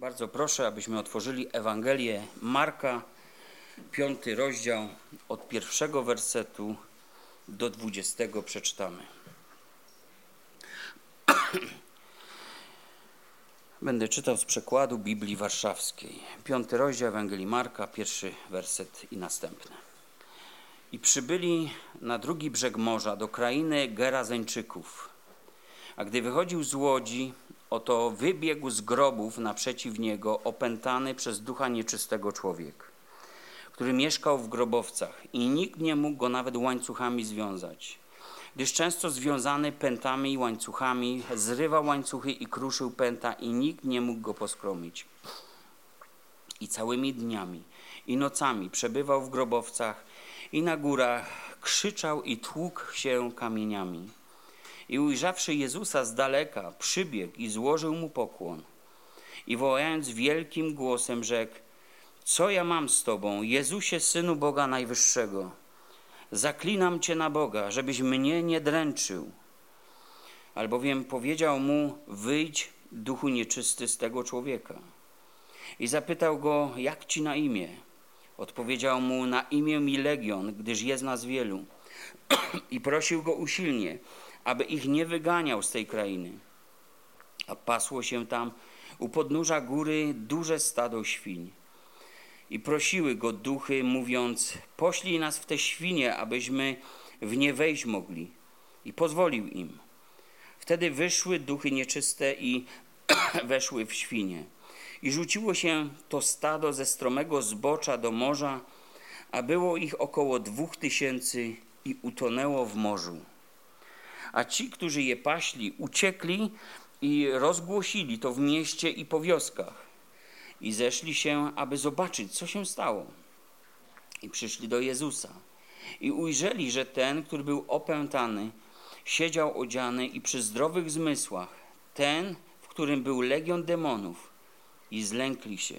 Bardzo proszę, abyśmy otworzyli Ewangelię Marka, 5 rozdział, od 1 wersetu do 20 przeczytamy. Będę czytał z przekładu Biblii Warszawskiej. 5 rozdział Ewangelii Marka, 1 werset i następne. I przybyli na drugi brzeg morza, do krainy Gerazeńczyków. A gdy wychodził z łodzi, oto wybiegł z grobów naprzeciw niego opętany przez ducha nieczystego człowiek, który mieszkał w grobowcach i nikt nie mógł go nawet łańcuchami związać, gdyż często związany pętami i łańcuchami zrywał łańcuchy i kruszył pęta i nikt nie mógł go poskromić. I całymi dniami i nocami przebywał w grobowcach i na górach krzyczał i tłukł się kamieniami. I ujrzawszy Jezusa z daleka, przybiegł i złożył mu pokłon. I wołając wielkim głosem rzekł: co ja mam z Tobą, Jezusie, Synu Boga Najwyższego? Zaklinam Cię na Boga, żebyś mnie nie dręczył. Albowiem powiedział mu: wyjdź, duchu nieczysty, z tego człowieka. I zapytał go: jak Ci na imię? Odpowiedział mu: na imię mi Legion, gdyż jest nas wielu. I prosił go usilnie, aby ich nie wyganiał z tej krainy. A pasło się tam u podnóża góry duże stado świń. I prosiły go duchy, mówiąc: poślij nas w te świnie, abyśmy w nie wejść mogli. I pozwolił im. Wtedy wyszły duchy nieczyste i weszły w świnie. I rzuciło się to stado ze stromego zbocza do morza, a było ich około 2000 i utonęło w morzu. A ci, którzy je paśli, uciekli i rozgłosili to w mieście i po wioskach. I zeszli się, aby zobaczyć, co się stało. I przyszli do Jezusa. I ujrzeli, że ten, który był opętany, siedział odziany i przy zdrowych zmysłach, ten, w którym był legion demonów, i zlękli się.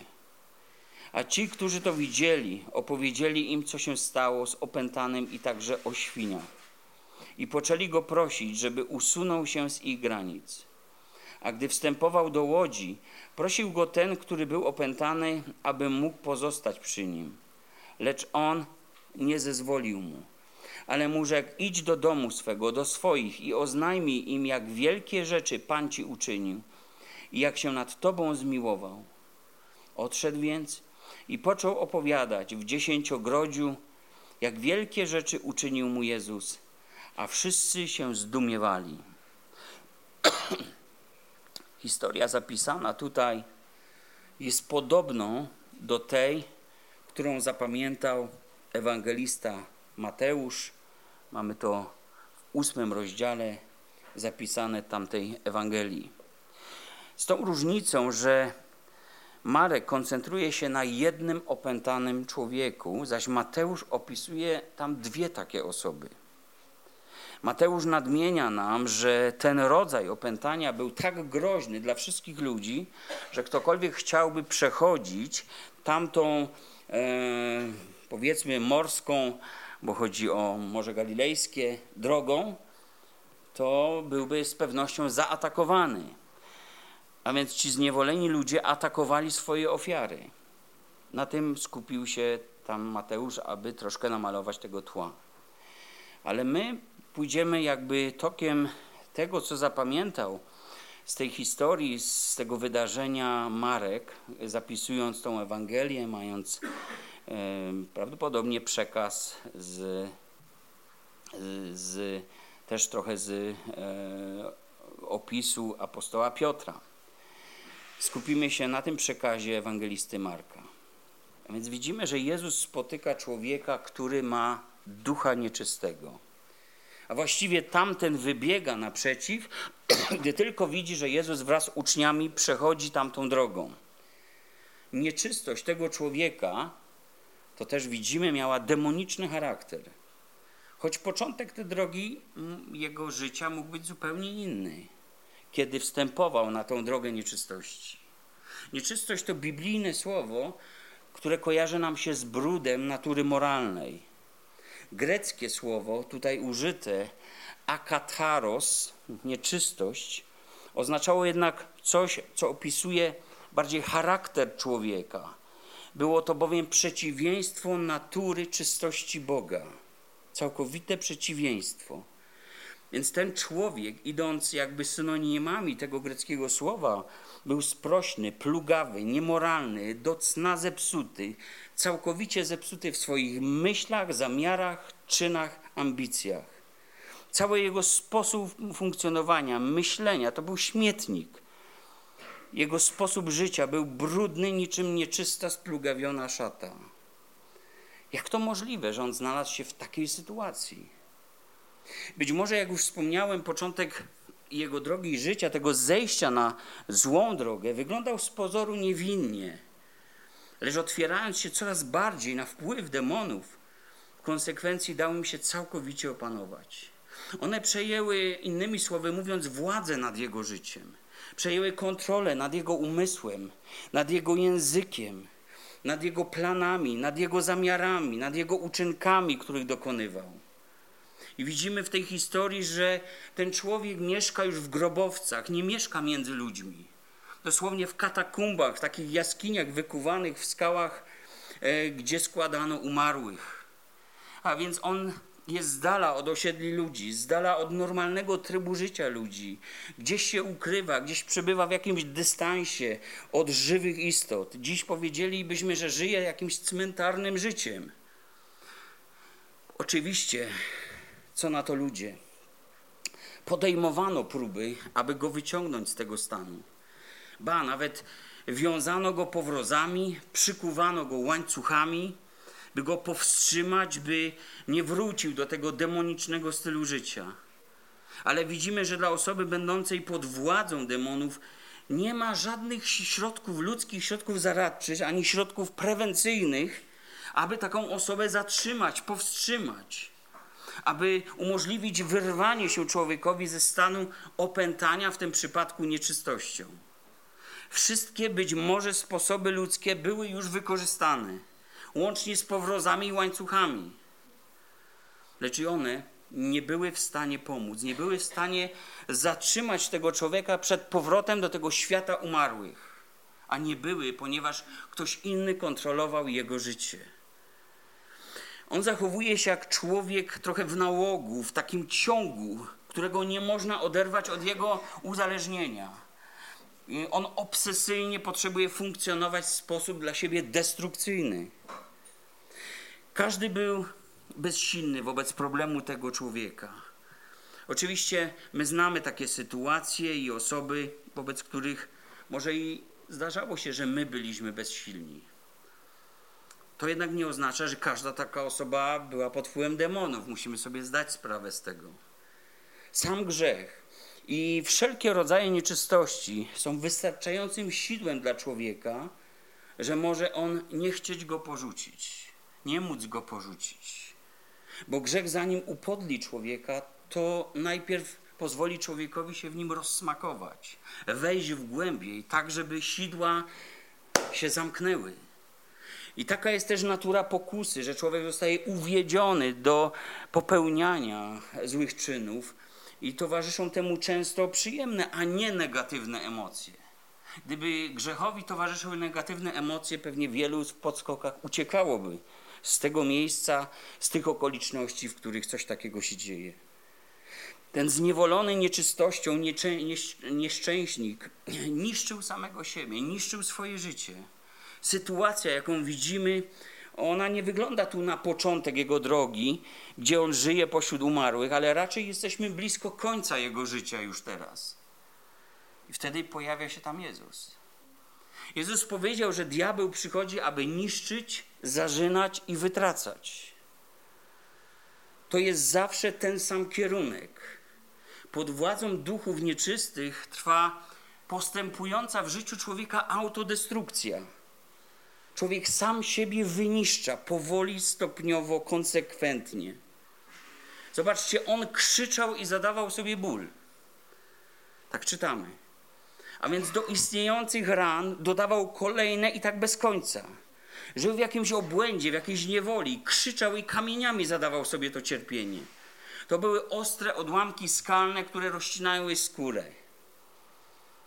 A ci, którzy to widzieli, opowiedzieli im, co się stało z opętanym i także o świniach. I poczęli go prosić, żeby usunął się z ich granic. A gdy wstępował do łodzi, prosił go ten, który był opętany, aby mógł pozostać przy nim. Lecz on nie zezwolił mu. Ale mu rzekł: idź do domu swego, do swoich i oznajmij im, jak wielkie rzeczy Pan ci uczynił i jak się nad tobą zmiłował. Odszedł więc i począł opowiadać w dziesięciogrodziu, jak wielkie rzeczy uczynił mu Jezus, a wszyscy się zdumiewali. Historia zapisana tutaj jest podobną do tej, którą zapamiętał ewangelista Mateusz. Mamy to w 8 rozdziale zapisane tamtej Ewangelii. Z tą różnicą, że Marek koncentruje się na jednym opętanym człowieku, zaś Mateusz opisuje tam dwie takie osoby. Mateusz nadmienia nam, że ten rodzaj opętania był tak groźny dla wszystkich ludzi, że ktokolwiek chciałby przechodzić tamtą, powiedzmy, morską, bo chodzi o Morze Galilejskie, drogą, to byłby z pewnością zaatakowany. A więc ci zniewoleni ludzie atakowali swoje ofiary. Na tym skupił się tam Mateusz, aby troszkę namalować tego tła. Ale my pójdziemy jakby tokiem tego, co zapamiętał z tej historii, z tego wydarzenia Marek, zapisując tą Ewangelię, mając prawdopodobnie przekaz też trochę z opisu apostoła Piotra. Skupimy się na tym przekazie ewangelisty Marka. A więc widzimy, że Jezus spotyka człowieka, który ma ducha nieczystego. A właściwie tamten wybiega naprzeciw, gdy tylko widzi, że Jezus wraz z uczniami przechodzi tamtą drogą. Nieczystość tego człowieka, to też widzimy, miała demoniczny charakter. Choć początek tej drogi jego życia mógł być zupełnie inny, kiedy wstępował na tą drogę nieczystości. Nieczystość to biblijne słowo, które kojarzy nam się z brudem natury moralnej. Greckie słowo tutaj użyte, akatharos, nieczystość, oznaczało jednak coś, co opisuje bardziej charakter człowieka. Było to bowiem przeciwieństwo natury czystości Boga. Całkowite przeciwieństwo. Więc ten człowiek, idąc jakby synonimami tego greckiego słowa, był sprośny, plugawy, niemoralny, do cna zepsuty, całkowicie zepsuty w swoich myślach, zamiarach, czynach, ambicjach. Cały jego sposób funkcjonowania, myślenia to był śmietnik. Jego sposób życia był brudny, niczym nieczysta, splugawiona szata. Jak to możliwe, że on znalazł się w takiej sytuacji? Być może, jak już wspomniałem, początek jego drogi życia, tego zejścia na złą drogę, wyglądał z pozoru niewinnie. Lecz otwierając się coraz bardziej na wpływ demonów, w konsekwencji dało im się całkowicie opanować. One przejęły, innymi słowy mówiąc, władzę nad jego życiem. Przejęły kontrolę nad jego umysłem, nad jego językiem, nad jego planami, nad jego zamiarami, nad jego uczynkami, których dokonywał. I widzimy w tej historii, że ten człowiek mieszka już w grobowcach, nie mieszka między ludźmi. Dosłownie w katakumbach, w takich jaskiniach wykuwanych w skałach, gdzie składano umarłych. A więc on jest z dala od osiedli ludzi, z dala od normalnego trybu życia ludzi. Gdzieś się ukrywa, gdzieś przebywa w jakimś dystansie od żywych istot. Dziś powiedzielibyśmy, że żyje jakimś cmentarnym życiem. Oczywiście, co na to ludzie? Podejmowano próby, aby go wyciągnąć z tego stanu. Ba, nawet wiązano go powrozami, przykuwano go łańcuchami, by go powstrzymać, by nie wrócił do tego demonicznego stylu życia. Ale widzimy, że dla osoby będącej pod władzą demonów nie ma żadnych środków, ludzkich środków zaradczych, ani środków prewencyjnych, aby taką osobę zatrzymać, powstrzymać. Aby umożliwić wyrwanie się człowiekowi ze stanu opętania, w tym przypadku nieczystością. Wszystkie być może sposoby ludzkie były już wykorzystane, łącznie z powrozami i łańcuchami. Lecz i one nie były w stanie pomóc, nie były w stanie zatrzymać tego człowieka przed powrotem do tego świata umarłych. A nie były, ponieważ ktoś inny kontrolował jego życie. On zachowuje się jak człowiek trochę w nałogu, w takim ciągu, którego nie można oderwać od jego uzależnienia. On obsesyjnie potrzebuje funkcjonować w sposób dla siebie destrukcyjny. Każdy był bezsilny wobec problemu tego człowieka. Oczywiście my znamy takie sytuacje i osoby, wobec których może i zdarzało się, że my byliśmy bezsilni. To jednak nie oznacza, że każda taka osoba była pod wpływem demonów. Musimy sobie zdać sprawę z tego. Sam grzech i wszelkie rodzaje nieczystości są wystarczającym sidłem dla człowieka, że może on nie chcieć go porzucić, nie móc go porzucić. Bo grzech, zanim upodli człowieka, to najpierw pozwoli człowiekowi się w nim rozsmakować, wejść w głębiej, tak żeby sidła się zamknęły. I taka jest też natura pokusy, że człowiek zostaje uwiedziony do popełniania złych czynów i towarzyszą temu często przyjemne, a nie negatywne emocje. Gdyby grzechowi towarzyszyły negatywne emocje, pewnie wielu w podskokach uciekałoby z tego miejsca, z tych okoliczności, w których coś takiego się dzieje. Ten zniewolony nieczystością nieszczęśnik niszczył samego siebie, niszczył swoje życie. Sytuacja, jaką widzimy, ona nie wygląda tu na początek jego drogi, gdzie on żyje pośród umarłych, ale raczej jesteśmy blisko końca jego życia już teraz. I wtedy pojawia się tam Jezus. Jezus powiedział, że diabeł przychodzi, aby niszczyć, zarzynać i wytracać. To jest zawsze ten sam kierunek. Pod władzą duchów nieczystych trwa postępująca w życiu człowieka autodestrukcja. Człowiek sam siebie wyniszcza powoli, stopniowo, konsekwentnie. Zobaczcie, on krzyczał i zadawał sobie ból. Tak czytamy. A więc do istniejących ran dodawał kolejne i tak bez końca. Żył w jakimś obłędzie, w jakiejś niewoli. Krzyczał i kamieniami zadawał sobie to cierpienie. To były ostre odłamki skalne, które rozcinały skórę.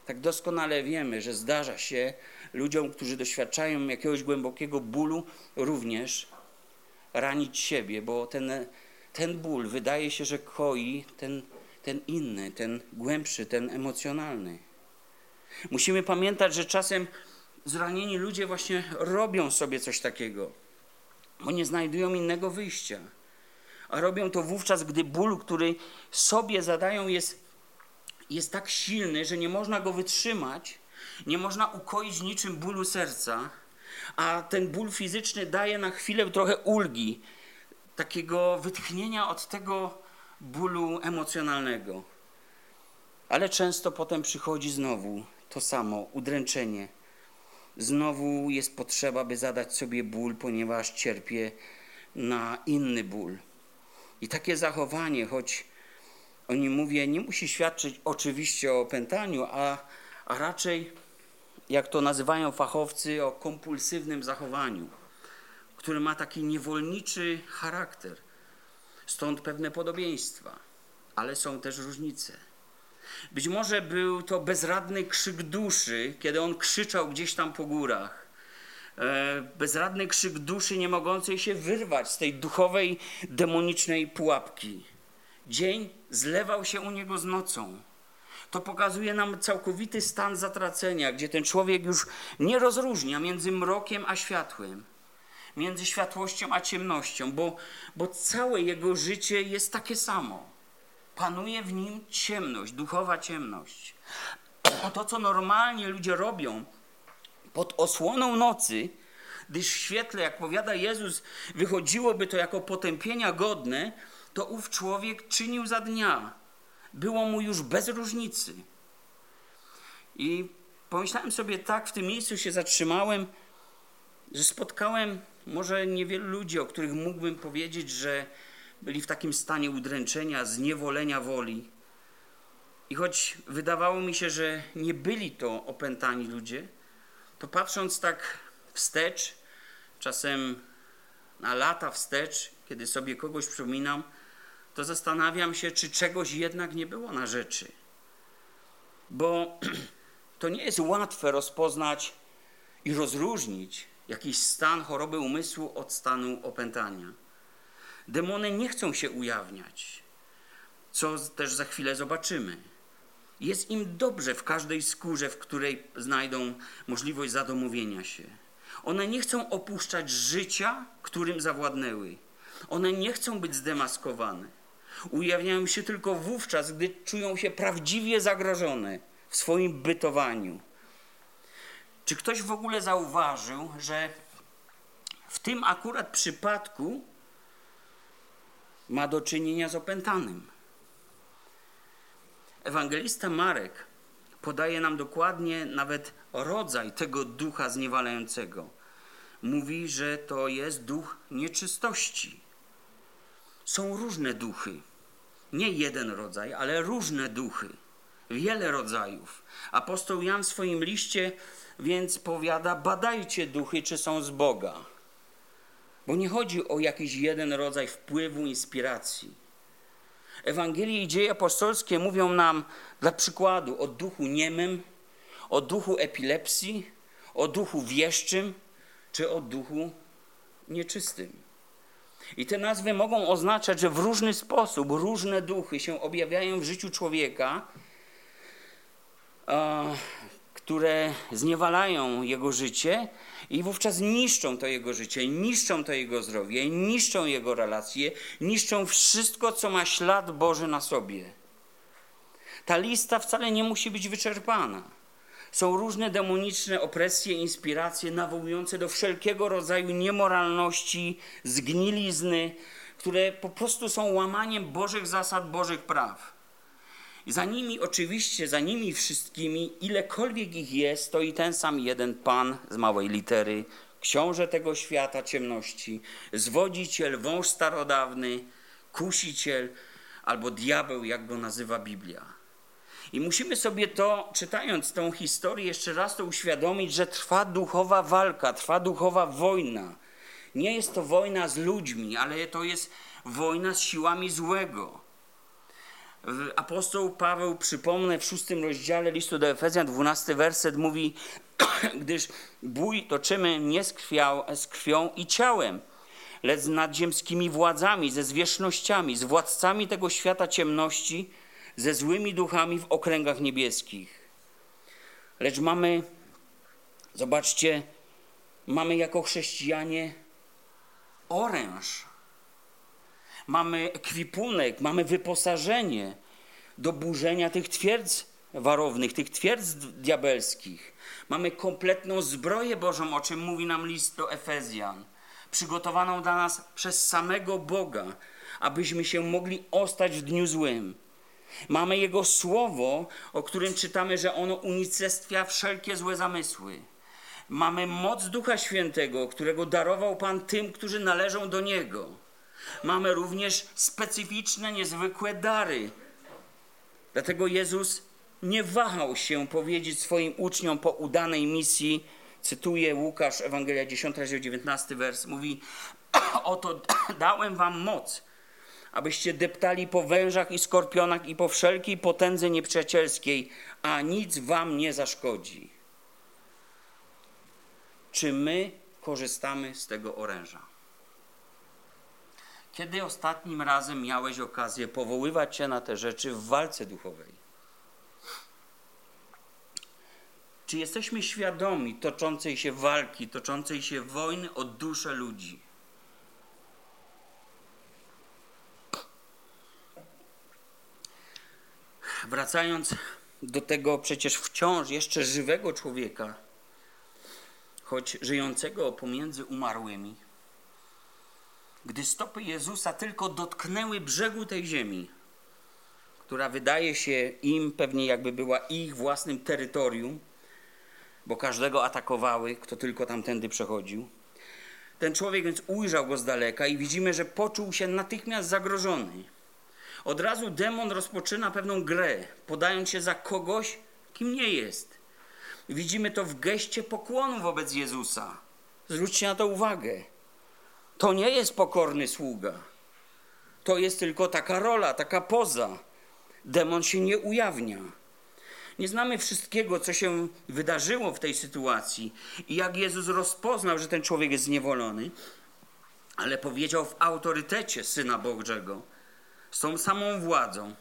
Tak doskonale wiemy, że zdarza się ludziom, którzy doświadczają jakiegoś głębokiego bólu, również ranić siebie, bo ten ból wydaje się, że koi ten inny, ten głębszy, ten emocjonalny. Musimy pamiętać, że czasem zranieni ludzie właśnie robią sobie coś takiego, bo nie znajdują innego wyjścia. A robią to wówczas, gdy ból, który sobie zadają, jest tak silny, że nie można go wytrzymać, nie można ukoić niczym bólu serca, a ten ból fizyczny daje na chwilę trochę ulgi, takiego wytchnienia od tego bólu emocjonalnego. Ale często potem przychodzi znowu to samo, udręczenie. Znowu jest potrzeba, by zadać sobie ból, ponieważ cierpię na inny ból. I takie zachowanie, choć o nim mówię, nie musi świadczyć oczywiście o opętaniu, a raczej, jak to nazywają fachowcy, o kompulsywnym zachowaniu, który ma taki niewolniczy charakter. Stąd pewne podobieństwa, ale są też różnice. Być może był to bezradny krzyk duszy, kiedy on krzyczał gdzieś tam po górach. Bezradny krzyk duszy nie mogącej się wyrwać z tej duchowej, demonicznej pułapki. Dzień zlewał się u niego z nocą. To pokazuje nam całkowity stan zatracenia, gdzie ten człowiek już nie rozróżnia między mrokiem a światłem, między światłością a ciemnością, bo całe jego życie jest takie samo. Panuje w nim ciemność, duchowa ciemność. A to, co normalnie ludzie robią pod osłoną nocy, gdyż w świetle, jak powiada Jezus, wychodziłoby to jako potępienia godne, to ów człowiek czynił za dnia. Było mu już bez różnicy. I pomyślałem sobie tak, w tym miejscu się zatrzymałem, że spotkałem może niewielu ludzi, o których mógłbym powiedzieć, że byli w takim stanie udręczenia, zniewolenia woli. I choć wydawało mi się, że nie byli to opętani ludzie, to patrząc tak wstecz, czasem na lata wstecz, kiedy sobie kogoś przypominam, to zastanawiam się, czy czegoś jednak nie było na rzeczy. Bo to nie jest łatwe rozpoznać i rozróżnić jakiś stan choroby umysłu od stanu opętania. Demony nie chcą się ujawniać, co też za chwilę zobaczymy. Jest im dobrze w każdej skórze, w której znajdą możliwość zadomowienia się. One nie chcą opuszczać życia, którym zawładnęły. One nie chcą być zdemaskowane. Ujawniają się tylko wówczas, gdy czują się prawdziwie zagrożone w swoim bytowaniu. Czy ktoś w ogóle zauważył, że w tym akurat przypadku ma do czynienia z opętanym? Ewangelista Marek podaje nam dokładnie nawet rodzaj tego ducha zniewalającego. Mówi, że to jest duch nieczystości. Są różne duchy. Nie jeden rodzaj, ale różne duchy. Wiele rodzajów. Apostoł Jan w swoim liście więc powiada: badajcie duchy, czy są z Boga. Bo nie chodzi o jakiś jeden rodzaj wpływu, inspiracji. Ewangelie i dzieje apostolskie mówią nam dla przykładu o duchu niemym, o duchu epilepsji, o duchu wieszczym, czy o duchu nieczystym. I te nazwy mogą oznaczać, że w różny sposób różne duchy się objawiają w życiu człowieka, które zniewalają jego życie i wówczas niszczą to jego życie, niszczą to jego zdrowie, niszczą jego relacje, niszczą wszystko, co ma ślad Boży na sobie. Ta lista wcale nie musi być wyczerpana. Są różne demoniczne opresje, inspiracje nawołujące do wszelkiego rodzaju niemoralności, zgnilizny, które po prostu są łamaniem Bożych zasad, Bożych praw. I za nimi wszystkimi, ilekolwiek ich jest, stoi ten sam jeden Pan z małej litery, książę tego świata ciemności, zwodziciel, wąż starodawny, kusiciel albo diabeł, jak go nazywa Biblia. I musimy sobie to, czytając tą historię, jeszcze raz to uświadomić, że trwa duchowa walka, trwa duchowa wojna. Nie jest to wojna z ludźmi, ale to jest wojna z siłami złego. Apostoł Paweł, przypomnę, w 6 rozdziale listu do Efezjan, 12 werset mówi, gdyż bój toczymy nie z krwią i ciałem, lecz z nadziemskimi władzami, ze zwierzchnościami, z władcami tego świata ciemności, ze złymi duchami w okręgach niebieskich. Lecz mamy, zobaczcie, mamy jako chrześcijanie oręż. Mamy ekwipunek, mamy wyposażenie do burzenia tych twierdz warownych, tych twierdz diabelskich. Mamy kompletną zbroję Bożą, o czym mówi nam list do Efezjan, przygotowaną dla nas przez samego Boga, abyśmy się mogli ostać w dniu złym. Mamy Jego Słowo, o którym czytamy, że ono unicestwia wszelkie złe zamysły. Mamy moc Ducha Świętego, którego darował Pan tym, którzy należą do Niego. Mamy również specyficzne, niezwykłe dary. Dlatego Jezus nie wahał się powiedzieć swoim uczniom po udanej misji, cytuję Łukasz, Ewangelia 10, rozdział 19 wers, mówi: oto dałem wam moc, abyście deptali po wężach i skorpionach i po wszelkiej potędze nieprzyjacielskiej, a nic wam nie zaszkodzi. Czy my korzystamy z tego oręża? Kiedy ostatnim razem miałeś okazję powoływać się na te rzeczy w walce duchowej? Czy jesteśmy świadomi toczącej się walki, toczącej się wojny o duszę ludzi? Wracając do tego przecież wciąż jeszcze żywego człowieka, choć żyjącego pomiędzy umarłymi, gdy stopy Jezusa tylko dotknęły brzegu tej ziemi, która wydaje się im pewnie jakby była ich własnym terytorium, bo każdego atakowały, kto tylko tamtędy przechodził. Ten człowiek więc ujrzał go z daleka i widzimy, że poczuł się natychmiast zagrożony. Od razu demon rozpoczyna pewną grę, podając się za kogoś, kim nie jest. Widzimy to w geście pokłonu wobec Jezusa. Zwróćcie na to uwagę. To nie jest pokorny sługa. To jest tylko taka rola, taka poza. Demon się nie ujawnia. Nie znamy wszystkiego, co się wydarzyło w tej sytuacji i jak Jezus rozpoznał, że ten człowiek jest zniewolony, ale powiedział w autorytecie Syna Bożego, z tą samą władzą.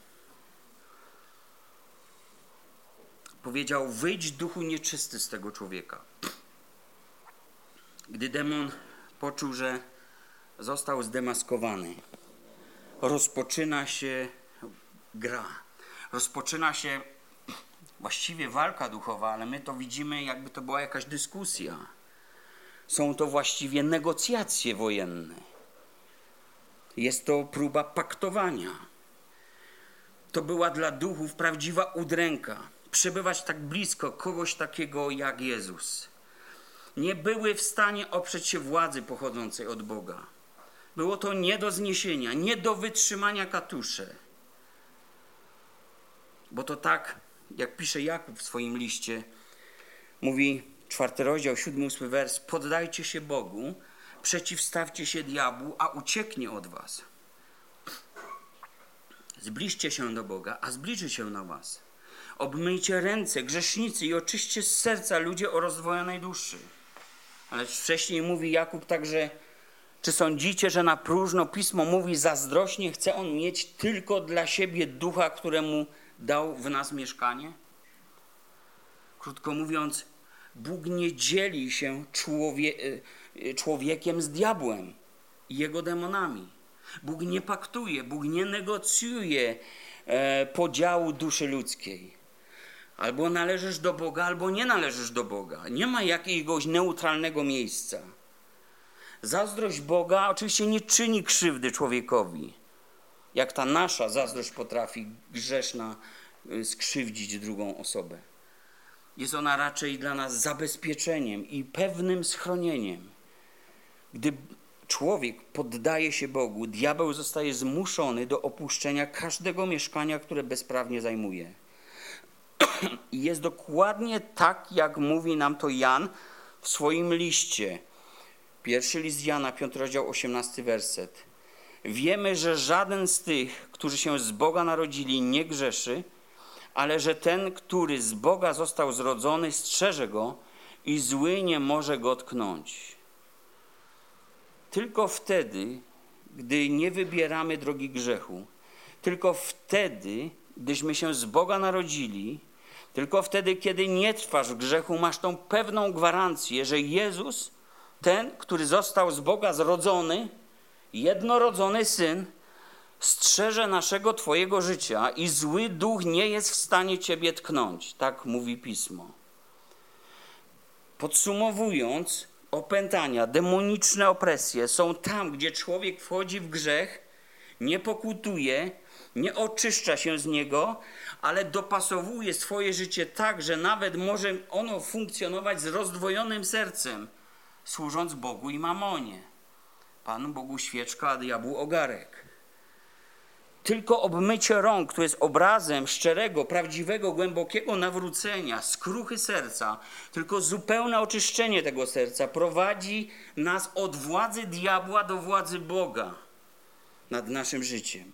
Powiedział: wyjdź duchu nieczysty z tego człowieka. Gdy demon poczuł, że został zdemaskowany, rozpoczyna się gra. Rozpoczyna się właściwie walka duchowa, ale my to widzimy, jakby to była jakaś dyskusja. Są to właściwie negocjacje wojenne. Jest to próba paktowania. To była dla duchów prawdziwa udręka. Przebywać tak blisko kogoś takiego jak Jezus. Nie były w stanie oprzeć się władzy pochodzącej od Boga. Było to nie do zniesienia, nie do wytrzymania katusze. Bo to tak, jak pisze Jakub w swoim liście, mówi 4 rozdział, 7-8 wers: poddajcie się Bogu, przeciwstawcie się diabłu, a ucieknie od was. Zbliżcie się do Boga, a zbliży się na was. Obmyjcie ręce, grzesznicy, i oczyście z serca ludzie o rozdwojonej duszy. Ale wcześniej mówi Jakub także: czy sądzicie, że na próżno Pismo mówi, zazdrośnie chce on mieć tylko dla siebie ducha, któremu dał w nas mieszkanie? Krótko mówiąc, Bóg nie dzieli się człowiekiem z diabłem i jego demonami. Bóg nie paktuje, Bóg nie negocjuje podziału duszy ludzkiej. Albo należysz do Boga, albo nie należysz do Boga. Nie ma jakiegoś neutralnego miejsca. Zazdrość Boga oczywiście nie czyni krzywdy człowiekowi, jak ta nasza zazdrość potrafi grzeszna skrzywdzić drugą osobę. Jest ona raczej dla nas zabezpieczeniem i pewnym schronieniem. Gdy człowiek poddaje się Bogu, diabeł zostaje zmuszony do opuszczenia każdego mieszkania, które bezprawnie zajmuje. I jest dokładnie tak, jak mówi nam to Jan w swoim liście. Pierwszy list Jana, 5 rozdział, 18 werset. wiemy, że żaden z tych, którzy się z Boga narodzili, nie grzeszy, ale że ten, który z Boga został zrodzony, strzeże go i zły nie może go tknąć. Tylko wtedy, gdy nie wybieramy drogi grzechu, tylko wtedy, gdyśmy się z Boga narodzili, tylko wtedy, kiedy nie trwasz w grzechu, masz tą pewną gwarancję, że Jezus, ten, który został z Boga zrodzony, jednorodzony Syn, strzeże naszego Twojego życia i zły duch nie jest w stanie Ciebie tknąć. Tak mówi Pismo. Podsumowując, opętania, demoniczne opresje są tam, gdzie człowiek wchodzi w grzech, nie pokutuje, nie oczyszcza się z niego, ale dopasowuje swoje życie tak, że nawet może ono funkcjonować z rozdwojonym sercem, służąc Bogu i mamonie. Panu Bogu świeczka, a diabłu ogarek. Tylko obmycie rąk, które jest obrazem szczerego, prawdziwego, głębokiego nawrócenia, skruchy serca, tylko zupełne oczyszczenie tego serca prowadzi nas od władzy diabła do władzy Boga nad naszym życiem.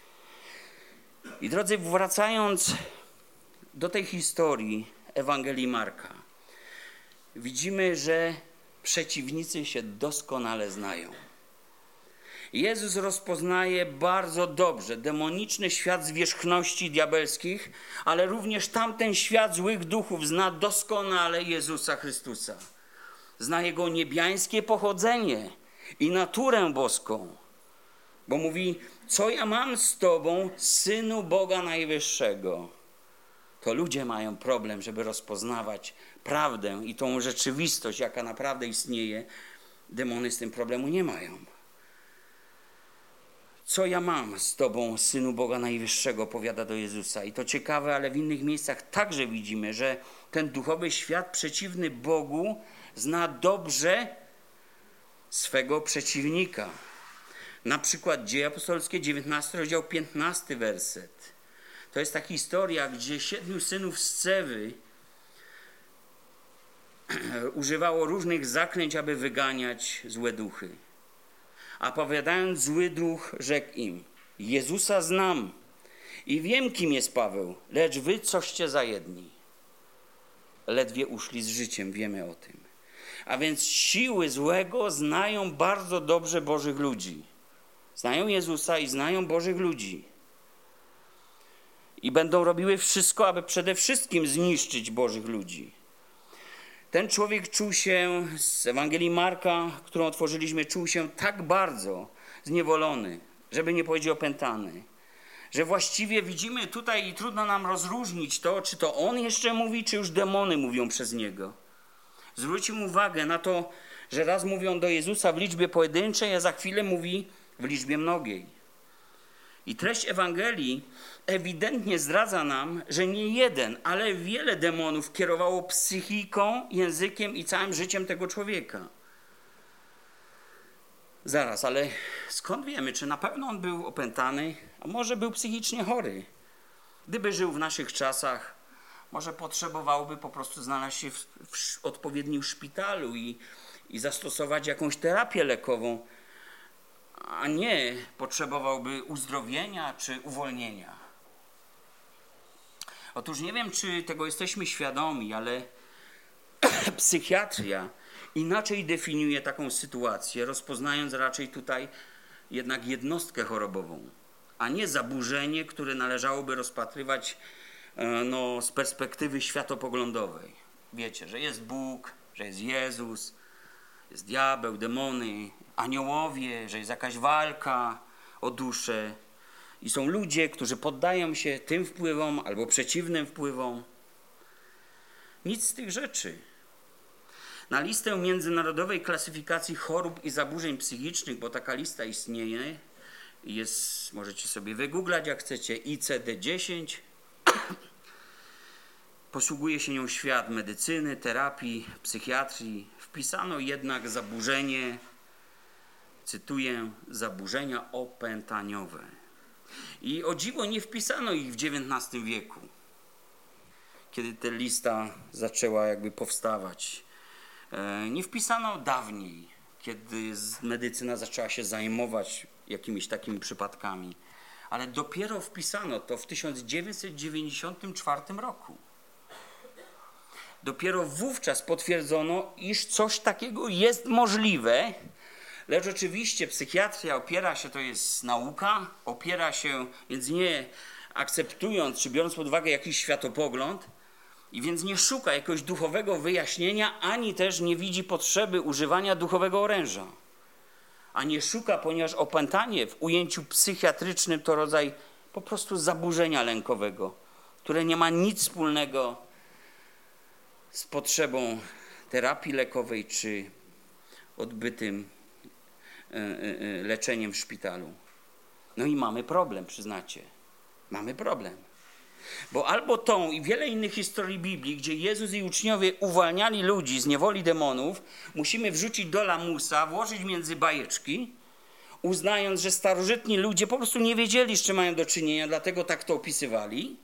I drodzy, wracając do tej historii Ewangelii Marka, widzimy, że przeciwnicy się doskonale znają. Jezus rozpoznaje bardzo dobrze demoniczny świat zwierzchności diabelskich, ale również tamten świat złych duchów zna doskonale Jezusa Chrystusa. Zna Jego niebiańskie pochodzenie i naturę boską. Bo mówi, co ja mam z Tobą, Synu Boga Najwyższego? To ludzie mają problem, żeby rozpoznawać prawdę i tą rzeczywistość, jaka naprawdę istnieje. Demony z tym problemu nie mają. Co ja mam z Tobą, Synu Boga Najwyższego, powiada do Jezusa. I to ciekawe, ale w innych miejscach także widzimy, że ten duchowy świat przeciwny Bogu zna dobrze swego przeciwnika. Na przykład Dzieje Apostolskie, 19 rozdział, 15 werset. To jest ta historia, gdzie 7 synów Scewy używało różnych zaklęć, aby wyganiać złe duchy. A powiadając zły duch, rzekł im, Jezusa znam i wiem, kim jest Paweł, lecz wy coście za jedni. Ledwie uszli z życiem, wiemy o tym. A więc siły złego znają bardzo dobrze Bożych ludzi. Znają Jezusa i znają Bożych ludzi. I będą robiły wszystko, aby przede wszystkim zniszczyć Bożych ludzi. Ten człowiek czuł się, z Ewangelii Marka, którą otworzyliśmy, czuł się tak bardzo zniewolony, żeby nie powiedzieć opętany, że właściwie widzimy tutaj i trudno nam rozróżnić to, czy to on jeszcze mówi, czy już demony mówią przez niego. Zwróćmy uwagę na to, że raz mówią do Jezusa w liczbie pojedynczej, a za chwilę mówi w liczbie mnogiej. I treść Ewangelii ewidentnie zdradza nam, że nie jeden, ale wiele demonów kierowało psychiką, językiem i całym życiem tego człowieka. Zaraz, ale skąd wiemy, czy na pewno on był opętany, a może był psychicznie chory? Gdyby żył w naszych czasach, może potrzebowałby po prostu znaleźć się w odpowiednim szpitalu i zastosować jakąś terapię lekową, a nie potrzebowałby uzdrowienia czy uwolnienia. Otóż nie wiem, czy tego jesteśmy świadomi, ale psychiatria inaczej definiuje taką sytuację, rozpoznając raczej tutaj jednak jednostkę chorobową, a nie zaburzenie, które należałoby rozpatrywać z perspektywy światopoglądowej. Wiecie, że jest Bóg, że jest Jezus, jest diabeł, demony, aniołowie, że jest jakaś walka o duszę i są ludzie, którzy poddają się tym wpływom albo przeciwnym wpływom. Nic z tych rzeczy. Na listę międzynarodowej klasyfikacji chorób i zaburzeń psychicznych, bo taka lista istnieje, możecie sobie wygooglać jak chcecie, ICD-10, posługuje się nią świat medycyny, terapii, psychiatrii. Wpisano jednak zaburzenie, cytuję, zaburzenia opętaniowe. I o dziwo nie wpisano ich w XIX wieku, kiedy ta lista zaczęła jakby powstawać. Nie wpisano dawniej kiedy medycyna zaczęła się zajmować jakimiś takimi przypadkami. Ale dopiero wpisano to w 1994 roku. Dopiero wówczas potwierdzono, iż coś takiego jest możliwe, lecz oczywiście psychiatria opiera się, to jest nauka, opiera się, więc nie akceptując czy biorąc pod uwagę jakiś światopogląd, i więc nie szuka jakiegoś duchowego wyjaśnienia, ani też nie widzi potrzeby używania duchowego oręża. A nie szuka, ponieważ opętanie w ujęciu psychiatrycznym to rodzaj po prostu zaburzenia lękowego, które nie ma nic wspólnego z potrzebą terapii lekowej czy odbytym leczeniem w szpitalu. No i mamy problem, przyznacie. Mamy problem. Bo albo tą i wiele innych historii Biblii, gdzie Jezus i uczniowie uwalniali ludzi z niewoli demonów, musimy wrzucić do lamusa, włożyć między bajeczki, uznając, że starożytni ludzie po prostu nie wiedzieli, z czym mają do czynienia, dlatego tak to opisywali.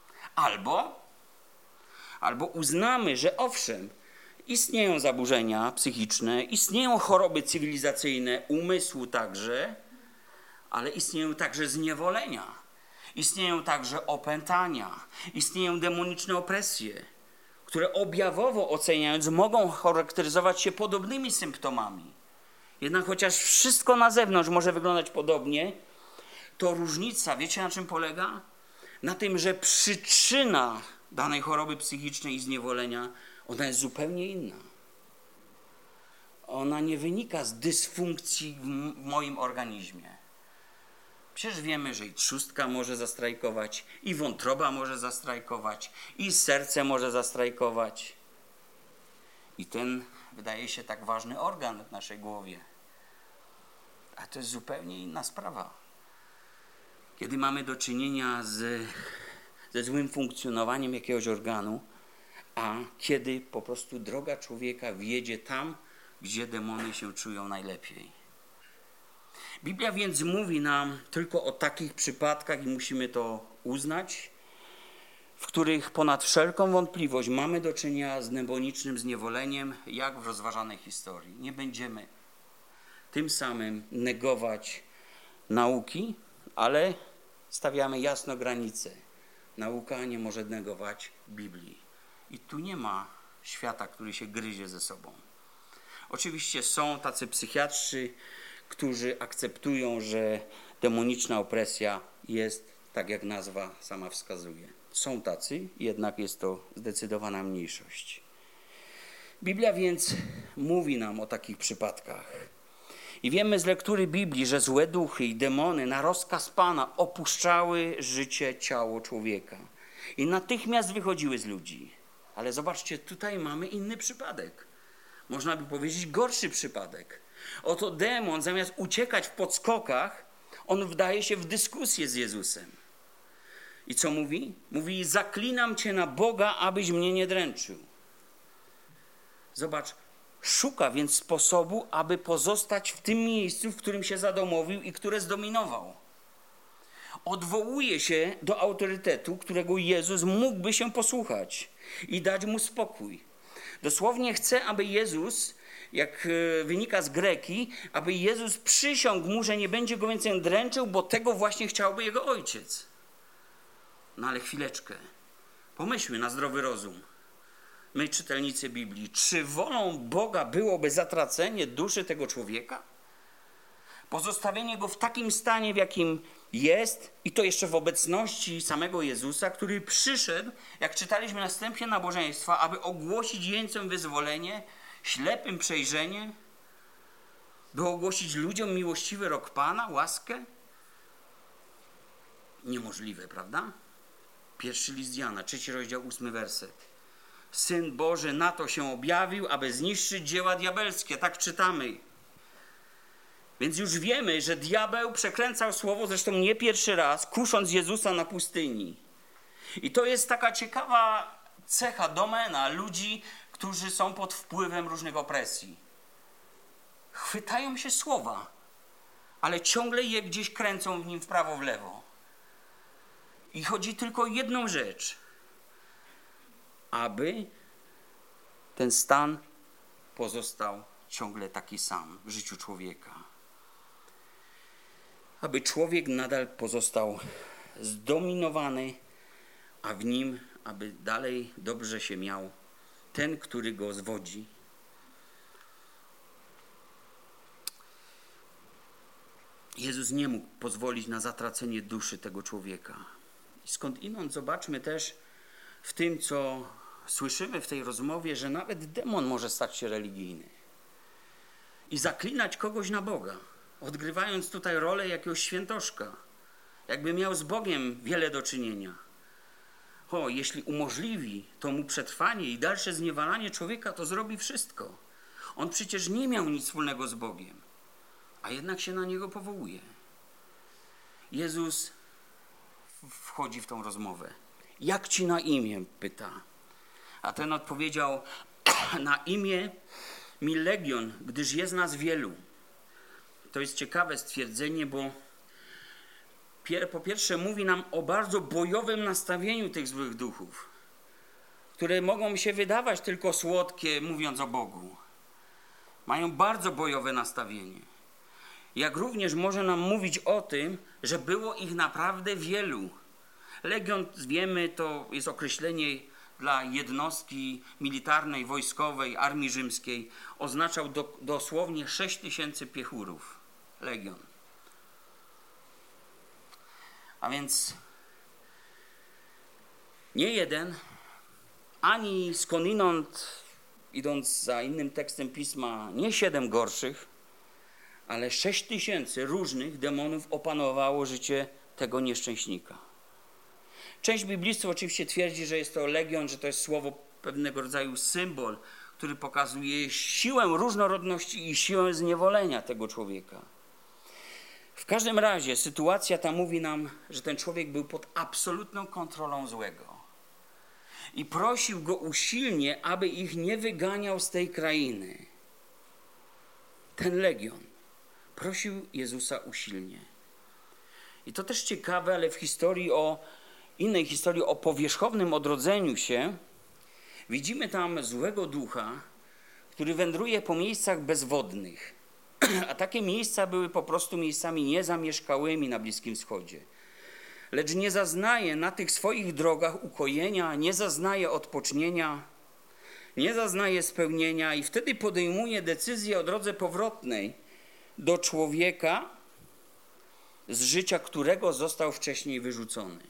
Albo uznamy, że owszem, istnieją zaburzenia psychiczne, istnieją choroby cywilizacyjne, umysłu także, ale istnieją także zniewolenia. Istnieją także opętania, istnieją demoniczne opresje, które objawowo oceniając mogą charakteryzować się podobnymi symptomami. Jednak chociaż wszystko na zewnątrz może wyglądać podobnie, to różnica, wiecie na czym polega? Na tym, że przyczyna danej choroby psychicznej i zniewolenia, ona jest zupełnie inna. Ona nie wynika z dysfunkcji w moim organizmie. Przecież wiemy, że i trzustka może zastrajkować, i wątroba może zastrajkować, i serce może zastrajkować. I ten wydaje się tak ważny organ w naszej głowie. A to jest zupełnie inna sprawa. Kiedy mamy do czynienia ze złym funkcjonowaniem jakiegoś organu, a kiedy po prostu droga człowieka wjedzie tam, gdzie demony się czują najlepiej. Biblia więc mówi nam tylko o takich przypadkach i musimy to uznać, w których ponad wszelką wątpliwość mamy do czynienia z demonicznym zniewoleniem, jak w rozważanej historii. Nie będziemy tym samym negować nauki, ale stawiamy jasno granice. Nauka nie może negować Biblii. I tu nie ma świata, który się gryzie ze sobą. Oczywiście są tacy psychiatrzy, którzy akceptują, że demoniczna opresja jest tak, jak nazwa sama wskazuje. Są tacy, jednak jest to zdecydowana mniejszość. Biblia więc mówi nam o takich przypadkach. I wiemy z lektury Biblii, że złe duchy i demony na rozkaz Pana opuszczały życie, ciało człowieka. I natychmiast wychodziły z ludzi. Ale zobaczcie, tutaj mamy inny przypadek. Można by powiedzieć gorszy przypadek. Oto demon, zamiast uciekać w podskokach, on wdaje się w dyskusję z Jezusem. I co mówi? Mówi, zaklinam Cię na Boga, abyś mnie nie dręczył. Zobacz, szuka więc sposobu, aby pozostać w tym miejscu, w którym się zadomowił i które zdominował. Odwołuje się do autorytetu, którego Jezus mógłby się posłuchać i dać mu spokój. Dosłownie chce, aby Jezus, jak wynika z Greki, aby Jezus przysiągł mu, że nie będzie go więcej dręczył, bo tego właśnie chciałby jego ojciec. No ale chwileczkę. Pomyślmy na zdrowy rozum. My, czytelnicy Biblii, czy wolą Boga byłoby zatracenie duszy tego człowieka? Pozostawienie go w takim stanie, w jakim jest, i to jeszcze w obecności samego Jezusa, który przyszedł, jak czytaliśmy na wstępie nabożeństwa, aby ogłosić jeńcom wyzwolenie, ślepym przejrzenie, by ogłosić ludziom miłościwy rok Pana, łaskę? Niemożliwe, prawda? 1 list Jana, 3 rozdział, 8 werset. Syn Boży na to się objawił, aby zniszczyć dzieła diabelskie. Tak czytamy. Więc już wiemy, że diabeł przekręcał słowo, zresztą nie pierwszy raz, kusząc Jezusa na pustyni. I to jest taka ciekawa cecha, domena ludzi, którzy są pod wpływem różnych opresji. Chwytają się słowa, ale ciągle je gdzieś kręcą w nim w prawo, w lewo. I chodzi tylko o jedną rzecz. Aby ten stan pozostał ciągle taki sam w życiu człowieka. Aby człowiek nadal pozostał zdominowany, a w nim, aby dalej dobrze się miał ten, który go zwodzi. Jezus nie mógł pozwolić na zatracenie duszy tego człowieka. I skądinąd zobaczmy też w tym, co słyszymy w tej rozmowie, że nawet demon może stać się religijny i zaklinać kogoś na Boga, odgrywając tutaj rolę jakiegoś świętoszka, jakby miał z Bogiem wiele do czynienia. Jeśli umożliwi to mu przetrwanie i dalsze zniewalanie człowieka, to zrobi wszystko. On przecież nie miał nic wspólnego z Bogiem, a jednak się na niego powołuje. Jezus wchodzi w tą rozmowę. Jak ci na imię? Pyta. A ten odpowiedział, na imię mi Legion, gdyż jest nas wielu. To jest ciekawe stwierdzenie, bo po pierwsze mówi nam o bardzo bojowym nastawieniu tych złych duchów, które mogą się wydawać tylko słodkie, mówiąc o Bogu. Mają bardzo bojowe nastawienie. Jak również może nam mówić o tym, że było ich naprawdę wielu. Legion, wiemy, to jest określenie dla jednostki militarnej, wojskowej, armii rzymskiej. Oznaczał dosłownie 6000 piechurów. Legion. A więc nie jeden, ani skądinąd, idąc za innym tekstem Pisma, nie 7 gorszych, ale 6000 różnych demonów opanowało życie tego nieszczęśnika. Część biblistów oczywiście twierdzi, że jest to legion, że to jest słowo pewnego rodzaju symbol, który pokazuje siłę różnorodności i siłę zniewolenia tego człowieka. W każdym razie sytuacja ta mówi nam, że ten człowiek był pod absolutną kontrolą złego. I prosił go usilnie, aby ich nie wyganiał z tej krainy. Ten legion prosił Jezusa usilnie. I to też ciekawe, ale w innej historii o powierzchownym odrodzeniu się, widzimy tam złego ducha, który wędruje po miejscach bezwodnych. A takie miejsca były po prostu miejscami niezamieszkałymi na Bliskim Wschodzie. Lecz nie zaznaje na tych swoich drogach ukojenia, nie zaznaje odpocznienia, nie zaznaje spełnienia i wtedy podejmuje decyzję o drodze powrotnej do człowieka, z życia którego został wcześniej wyrzucony.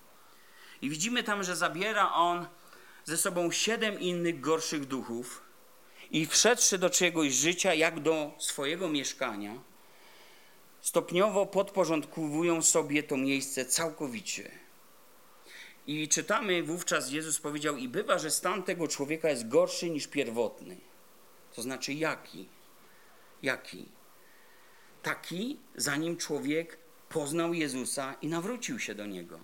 I widzimy tam, że zabiera on ze sobą 7 innych gorszych duchów i wszedłszy do czyjegoś życia, jak do swojego mieszkania, stopniowo podporządkowują sobie to miejsce całkowicie. I czytamy wówczas, Jezus powiedział, i bywa, że stan tego człowieka jest gorszy niż pierwotny. To znaczy jaki? Jaki? Taki, zanim człowiek poznał Jezusa i nawrócił się do Niego.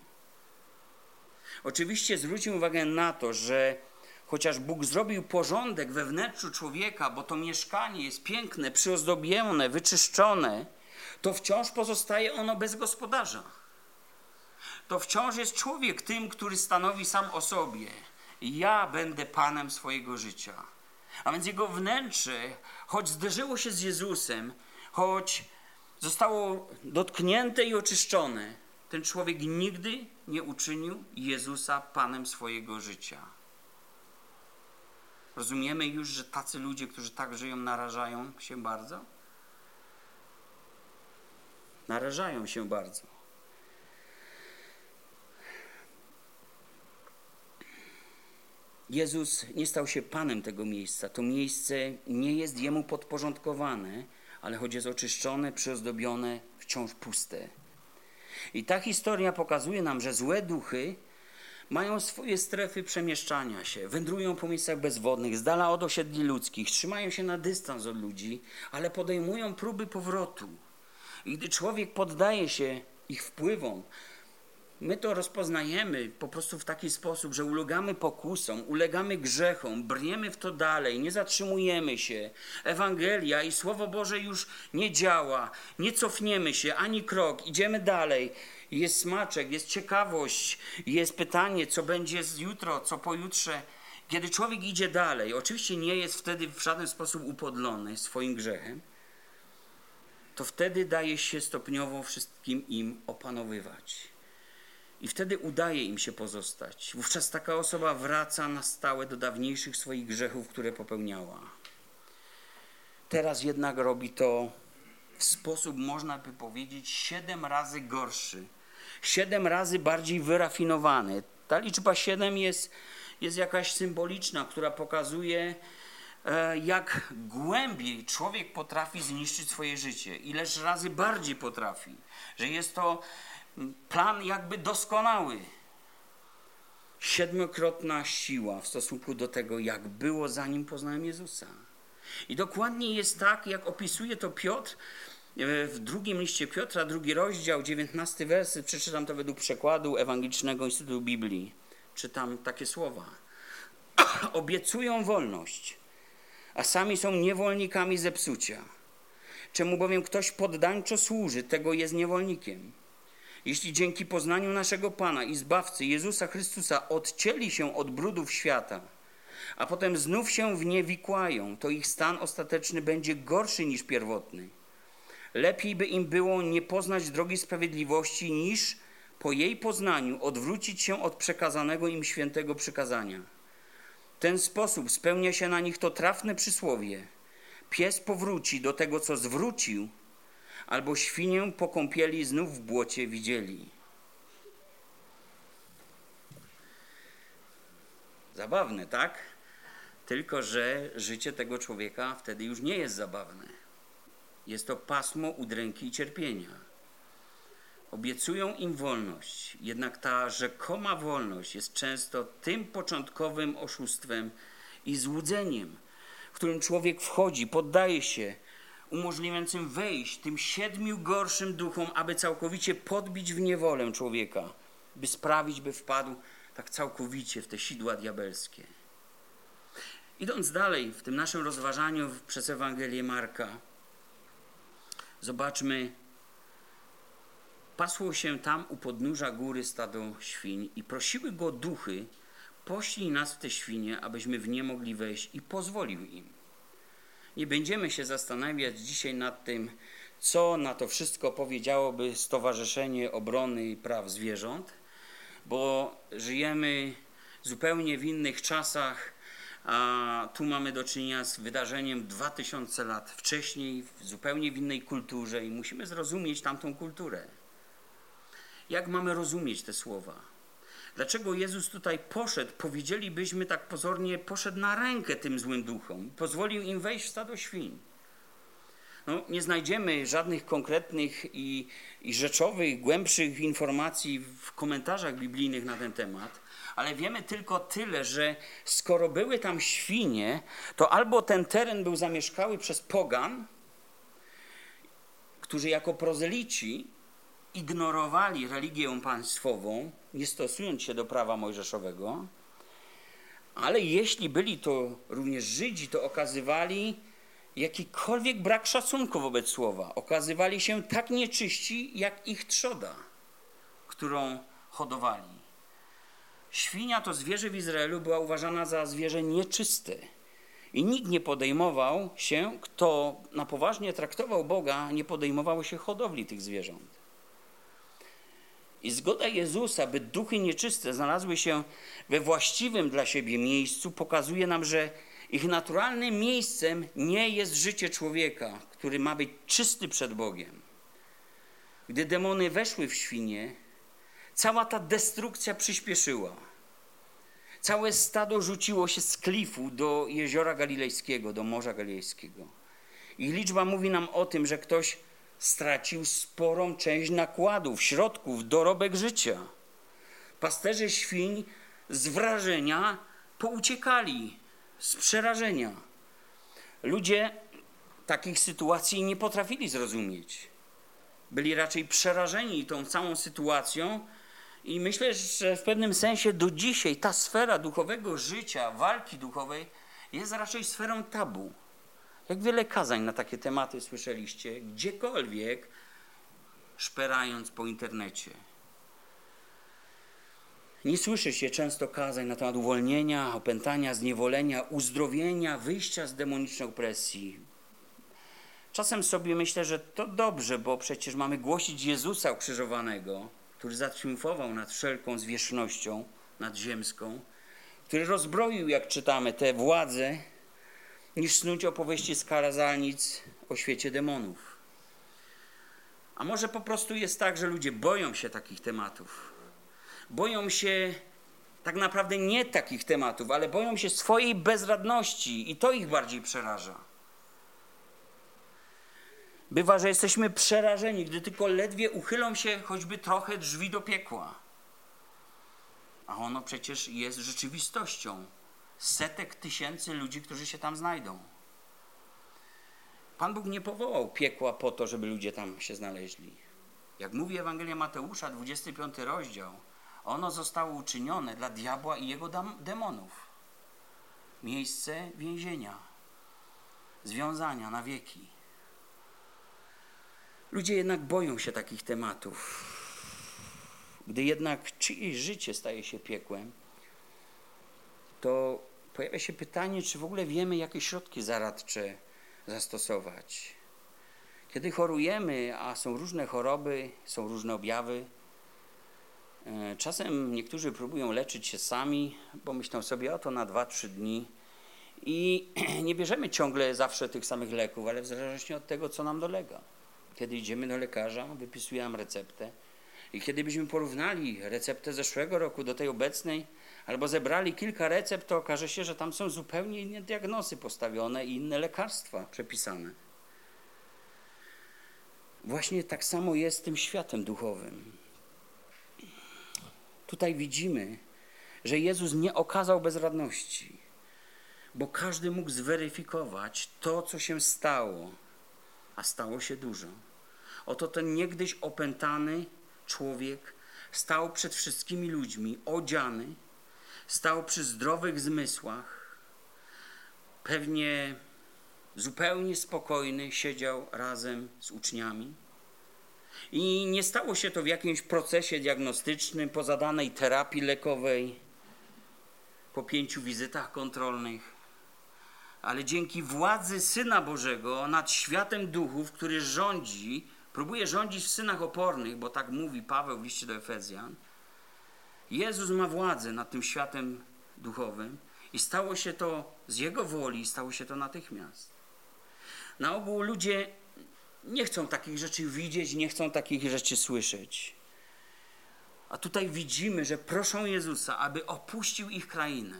Oczywiście zwróćmy uwagę na to, że chociaż Bóg zrobił porządek we wnętrzu człowieka, bo to mieszkanie jest piękne, przyozdobione, wyczyszczone, to wciąż pozostaje ono bez gospodarza. To wciąż jest człowiek tym, który stanowi sam o sobie. Ja będę Panem swojego życia. A więc jego wnętrze, choć zderzyło się z Jezusem, choć zostało dotknięte i oczyszczone, ten człowiek nigdy nie uczynił Jezusa Panem swojego życia. Rozumiemy już, że tacy ludzie, którzy tak żyją, narażają się bardzo? Narażają się bardzo. Jezus nie stał się Panem tego miejsca. To miejsce nie jest Jemu podporządkowane, ale choć jest oczyszczone, przyozdobione, wciąż puste. I ta historia pokazuje nam, że złe duchy mają swoje strefy przemieszczania się, wędrują po miejscach bezwodnych, z dala od osiedli ludzkich, trzymają się na dystans od ludzi, ale podejmują próby powrotu. I gdy człowiek poddaje się ich wpływom, my to rozpoznajemy po prostu w taki sposób, że ulegamy pokusom, ulegamy grzechom, brniemy w to dalej, nie zatrzymujemy się. Ewangelia i Słowo Boże już nie działa, nie cofniemy się ani krok, idziemy dalej. Jest smaczek, jest ciekawość, jest pytanie, co będzie jutro, co pojutrze. Kiedy człowiek idzie dalej, oczywiście nie jest wtedy w żaden sposób upodlony swoim grzechem, to wtedy daje się stopniowo wszystkim im opanowywać. I wtedy udaje im się pozostać. Wówczas taka osoba wraca na stałe do dawniejszych swoich grzechów, które popełniała. Teraz jednak robi to w sposób, można by powiedzieć, 7 razy gorszy. 7 razy bardziej wyrafinowany. Ta liczba 7 jest jakaś symboliczna, która pokazuje, jak głębiej człowiek potrafi zniszczyć swoje życie. Ileż razy bardziej potrafi. Że jest to plan jakby doskonały. 7-krotna siła w stosunku do tego, jak było zanim poznałem Jezusa. I dokładnie jest tak, jak opisuje to Piotr w drugim liście Piotra, 2 rozdział, 19 werset. Przeczytam to według przekładu Ewangelicznego Instytutu Biblii. Czytam takie słowa. Obiecują wolność, a sami są niewolnikami zepsucia. Czemu bowiem ktoś poddańczo służy, tego jest niewolnikiem. Jeśli dzięki poznaniu naszego Pana i Zbawcy Jezusa Chrystusa odcięli się od brudów świata, a potem znów się w nie wikłają, to ich stan ostateczny będzie gorszy niż pierwotny. Lepiej by im było nie poznać drogi sprawiedliwości, niż po jej poznaniu odwrócić się od przekazanego im świętego przykazania. W ten sposób spełnia się na nich to trafne przysłowie. Pies powróci do tego, co zwrócił, albo świnię po kąpieli znów w błocie widzieli. Zabawne, tak? Tylko że życie tego człowieka wtedy już nie jest zabawne. Jest to pasmo udręki i cierpienia. Obiecują im wolność, jednak ta rzekoma wolność jest często tym początkowym oszustwem i złudzeniem, w którym człowiek wchodzi, poddaje się, umożliwiającym wejść tym 7 gorszym duchom, aby całkowicie podbić w niewolę człowieka, by sprawić, by wpadł tak całkowicie w te sidła diabelskie. Idąc dalej w tym naszym rozważaniu przez Ewangelię Marka, zobaczmy, pasło się tam u podnóża góry stado świń i prosiły go duchy, poślij nas w te świnie, abyśmy w nie mogli wejść, i pozwolił im. Nie będziemy się zastanawiać dzisiaj nad tym, co na to wszystko powiedziałoby Stowarzyszenie Obrony Praw Zwierząt, bo żyjemy zupełnie w innych czasach, a tu mamy do czynienia z wydarzeniem 2000 lat wcześniej, zupełnie w innej kulturze i musimy zrozumieć tamtą kulturę. Jak mamy rozumieć te słowa? Dlaczego Jezus tutaj poszedł, powiedzielibyśmy tak pozornie, poszedł na rękę tym złym duchom, pozwolił im wejść w stado świń? No, nie znajdziemy żadnych konkretnych i rzeczowych, głębszych informacji w komentarzach biblijnych na ten temat, ale wiemy tylko tyle, że skoro były tam świnie, to albo ten teren był zamieszkały przez pogan, którzy jako prozelici ignorowali religię państwową, nie stosując się do prawa mojżeszowego, ale jeśli byli to również Żydzi, to okazywali jakikolwiek brak szacunku wobec słowa. Okazywali się tak nieczyści, jak ich trzoda, którą hodowali. Świnia, to zwierzę w Izraelu, była uważana za zwierzę nieczyste. I nikt nie podejmował się, kto na poważnie traktował Boga, nie podejmował się hodowli tych zwierząt. I zgoda Jezusa, by duchy nieczyste znalazły się we właściwym dla siebie miejscu, pokazuje nam, że ich naturalnym miejscem nie jest życie człowieka, który ma być czysty przed Bogiem. Gdy demony weszły w świnie, cała ta destrukcja przyspieszyła. Całe stado rzuciło się z klifu do jeziora galilejskiego, do Morza Galilejskiego. Ich liczba mówi nam o tym, że ktoś stracił sporą część nakładów, środków, dorobek życia. Pasterze świń z wrażenia pouciekali, z przerażenia. Ludzie takich sytuacji nie potrafili zrozumieć. Byli raczej przerażeni tą całą sytuacją i myślę, że w pewnym sensie do dzisiaj ta sfera duchowego życia, walki duchowej jest raczej sferą tabu. Jak wiele kazań na takie tematy słyszeliście, gdziekolwiek, szperając po internecie. Nie słyszy się często kazań na temat uwolnienia, opętania, zniewolenia, uzdrowienia, wyjścia z demonicznej opresji. Czasem sobie myślę, że to dobrze, bo przecież mamy głosić Jezusa ukrzyżowanego, który zatriumfował nad wszelką zwierzchnością nadziemską, który rozbroił, jak czytamy, te władze, niż snuć opowieści z karazalnic o świecie demonów. A może po prostu jest tak, że ludzie boją się takich tematów. Boją się tak naprawdę nie takich tematów, ale boją się swojej bezradności i to ich bardziej przeraża. Bywa, że jesteśmy przerażeni, gdy tylko ledwie uchylą się choćby trochę drzwi do piekła. A ono przecież jest rzeczywistością setek tysięcy ludzi, którzy się tam znajdą. Pan Bóg nie powołał piekła po to, żeby ludzie tam się znaleźli. Jak mówi Ewangelia Mateusza, 25 rozdział, ono zostało uczynione dla diabła i jego demonów. Miejsce więzienia, związania na wieki. Ludzie jednak boją się takich tematów. Gdy jednak czyjeś życie staje się piekłem, to pojawia się pytanie, czy w ogóle wiemy, jakie środki zaradcze zastosować. Kiedy chorujemy, a są różne choroby, są różne objawy, czasem niektórzy próbują leczyć się sami, bo myślą sobie o to na 2-3 dni i nie bierzemy ciągle zawsze tych samych leków, ale w zależności od tego, co nam dolega. Kiedy idziemy do lekarza, wypisuje nam receptę i kiedy byśmy porównali receptę zeszłego roku do tej obecnej, albo zebrali kilka recept, to okaże się, że tam są zupełnie inne diagnozy postawione i inne lekarstwa przepisane. Właśnie tak samo jest z tym światem duchowym. Tutaj widzimy, że Jezus nie okazał bezradności, bo każdy mógł zweryfikować to, co się stało, a stało się dużo. Oto ten niegdyś opętany człowiek stał przed wszystkimi ludźmi, odziany, stał przy zdrowych zmysłach, pewnie zupełnie spokojny, siedział razem z uczniami. I nie stało się to w jakimś procesie diagnostycznym, po zadanej terapii lekowej, po 5 wizytach kontrolnych, ale dzięki władzy Syna Bożego nad światem duchów, który rządzi, próbuje rządzić w synach opornych, bo tak mówi Paweł w liście do Efezjan. Jezus ma władzę nad tym światem duchowym i stało się to z Jego woli, stało się to natychmiast. Na ogół ludzie nie chcą takich rzeczy widzieć, nie chcą takich rzeczy słyszeć. A tutaj widzimy, że proszą Jezusa, aby opuścił ich krainę.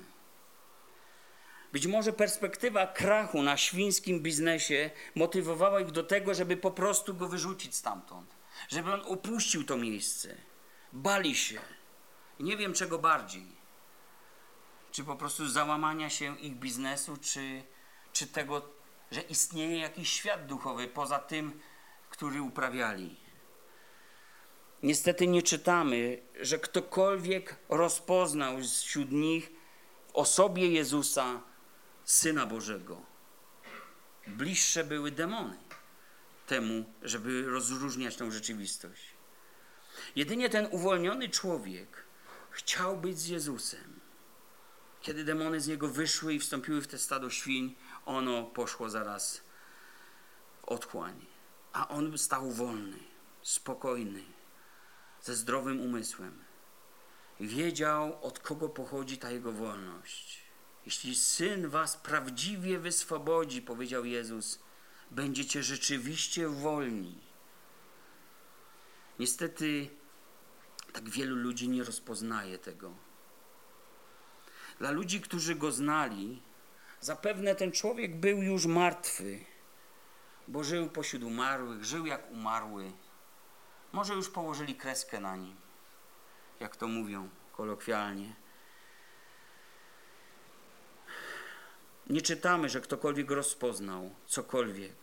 Być może perspektywa krachu na świńskim biznesie motywowała ich do tego, żeby po prostu go wyrzucić stamtąd. Żeby on opuścił to miejsce. Bali się. Nie wiem czego bardziej. Czy po prostu załamania się ich biznesu, czy tego, że istnieje jakiś świat duchowy poza tym, który uprawiali. Niestety nie czytamy, że ktokolwiek rozpoznał wśród nich w osobie Jezusa Syna Bożego. Bliższe były demony temu, żeby rozróżniać tą rzeczywistość. Jedynie ten uwolniony człowiek chciał być z Jezusem. Kiedy demony z niego wyszły i wstąpiły w te stado świń, ono poszło zaraz w otchłań. A on stał wolny, spokojny, ze zdrowym umysłem. Wiedział, od kogo pochodzi ta jego wolność. Jeśli Syn was prawdziwie wyswobodzi, powiedział Jezus, będziecie rzeczywiście wolni. Niestety tak wielu ludzi nie rozpoznaje tego. Dla ludzi, którzy go znali, zapewne ten człowiek był już martwy, bo żył pośród umarłych, żył jak umarły. Może już położyli kreskę na nim, jak to mówią kolokwialnie. Nie czytamy, że ktokolwiek rozpoznał cokolwiek.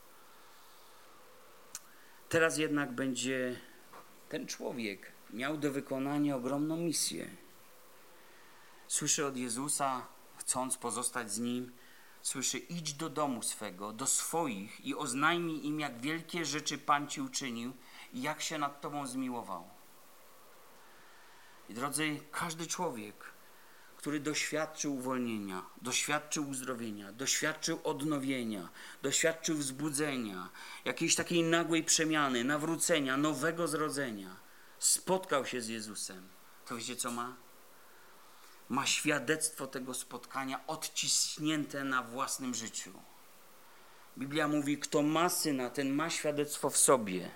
Teraz jednak będzie ten człowiek miał do wykonania ogromną misję. Słyszy od Jezusa, chcąc pozostać z Nim, słyszy: idź do domu swego, do swoich i oznajmij im, jak wielkie rzeczy Pan Ci uczynił i jak się nad Tobą zmiłował. I drodzy, każdy człowiek, który doświadczył uwolnienia, doświadczył uzdrowienia, doświadczył odnowienia, doświadczył wzbudzenia, jakiejś takiej nagłej przemiany, nawrócenia, nowego zrodzenia, spotkał się z Jezusem, to wiecie co ma? Ma świadectwo tego spotkania odciśnięte na własnym życiu. Biblia mówi, kto ma Syna, ten ma świadectwo w sobie.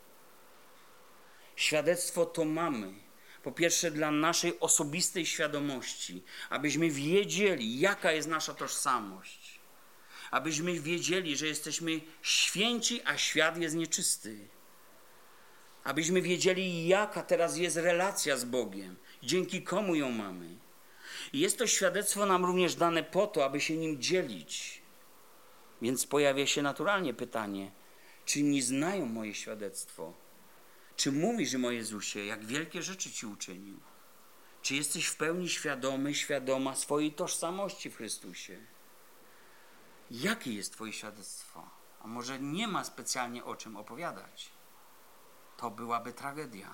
Świadectwo to mamy. Po pierwsze dla naszej osobistej świadomości, abyśmy wiedzieli, jaka jest nasza tożsamość. Abyśmy wiedzieli, że jesteśmy święci, a świat jest nieczysty. Abyśmy wiedzieli, jaka teraz jest relacja z Bogiem, dzięki komu ją mamy. I jest to świadectwo nam również dane po to, aby się nim dzielić. Więc pojawia się naturalnie pytanie, czy inni znają moje świadectwo? Czy mówisz im o Jezusie, jak wielkie rzeczy Ci uczynił? Czy jesteś w pełni świadomy, świadoma swojej tożsamości w Chrystusie? Jakie jest Twoje świadectwo? A może nie ma specjalnie o czym opowiadać? To byłaby tragedia.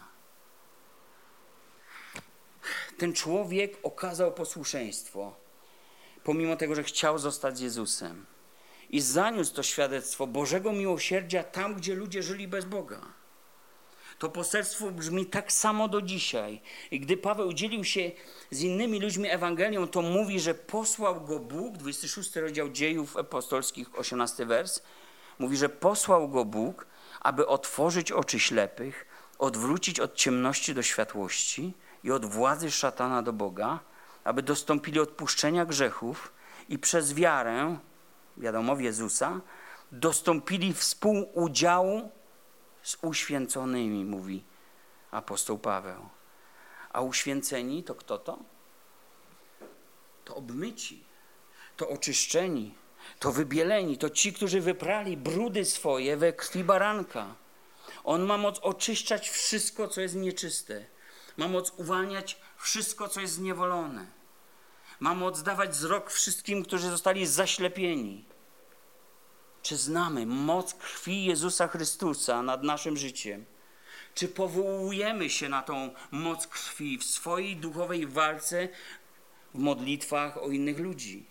Ten człowiek okazał posłuszeństwo, pomimo tego, że chciał zostać z Jezusem. I zaniósł to świadectwo Bożego miłosierdzia tam, gdzie ludzie żyli bez Boga. To poselstwo brzmi tak samo do dzisiaj. I gdy Paweł dzielił się z innymi ludźmi Ewangelią, to mówi, że posłał go Bóg, 26 rozdział Dziejów Apostolskich, 18 wers, mówi, że posłał go Bóg, aby otworzyć oczy ślepych, odwrócić od ciemności do światłości i od władzy szatana do Boga, aby dostąpili odpuszczenia grzechów i przez wiarę, wiadomo, w Jezusa, dostąpili współudziału z uświęconymi, mówi apostoł Paweł. A uświęceni to kto to? To obmyci, to oczyszczeni, to wybieleni, to ci, którzy wyprali brudy swoje we krwi baranka. On ma moc oczyszczać wszystko, co jest nieczyste. Ma moc uwalniać wszystko, co jest zniewolone. Ma moc dawać wzrok wszystkim, którzy zostali zaślepieni. Czy znamy moc krwi Jezusa Chrystusa nad naszym życiem? Czy powołujemy się na tą moc krwi w swojej duchowej walce, w modlitwach o innych ludzi?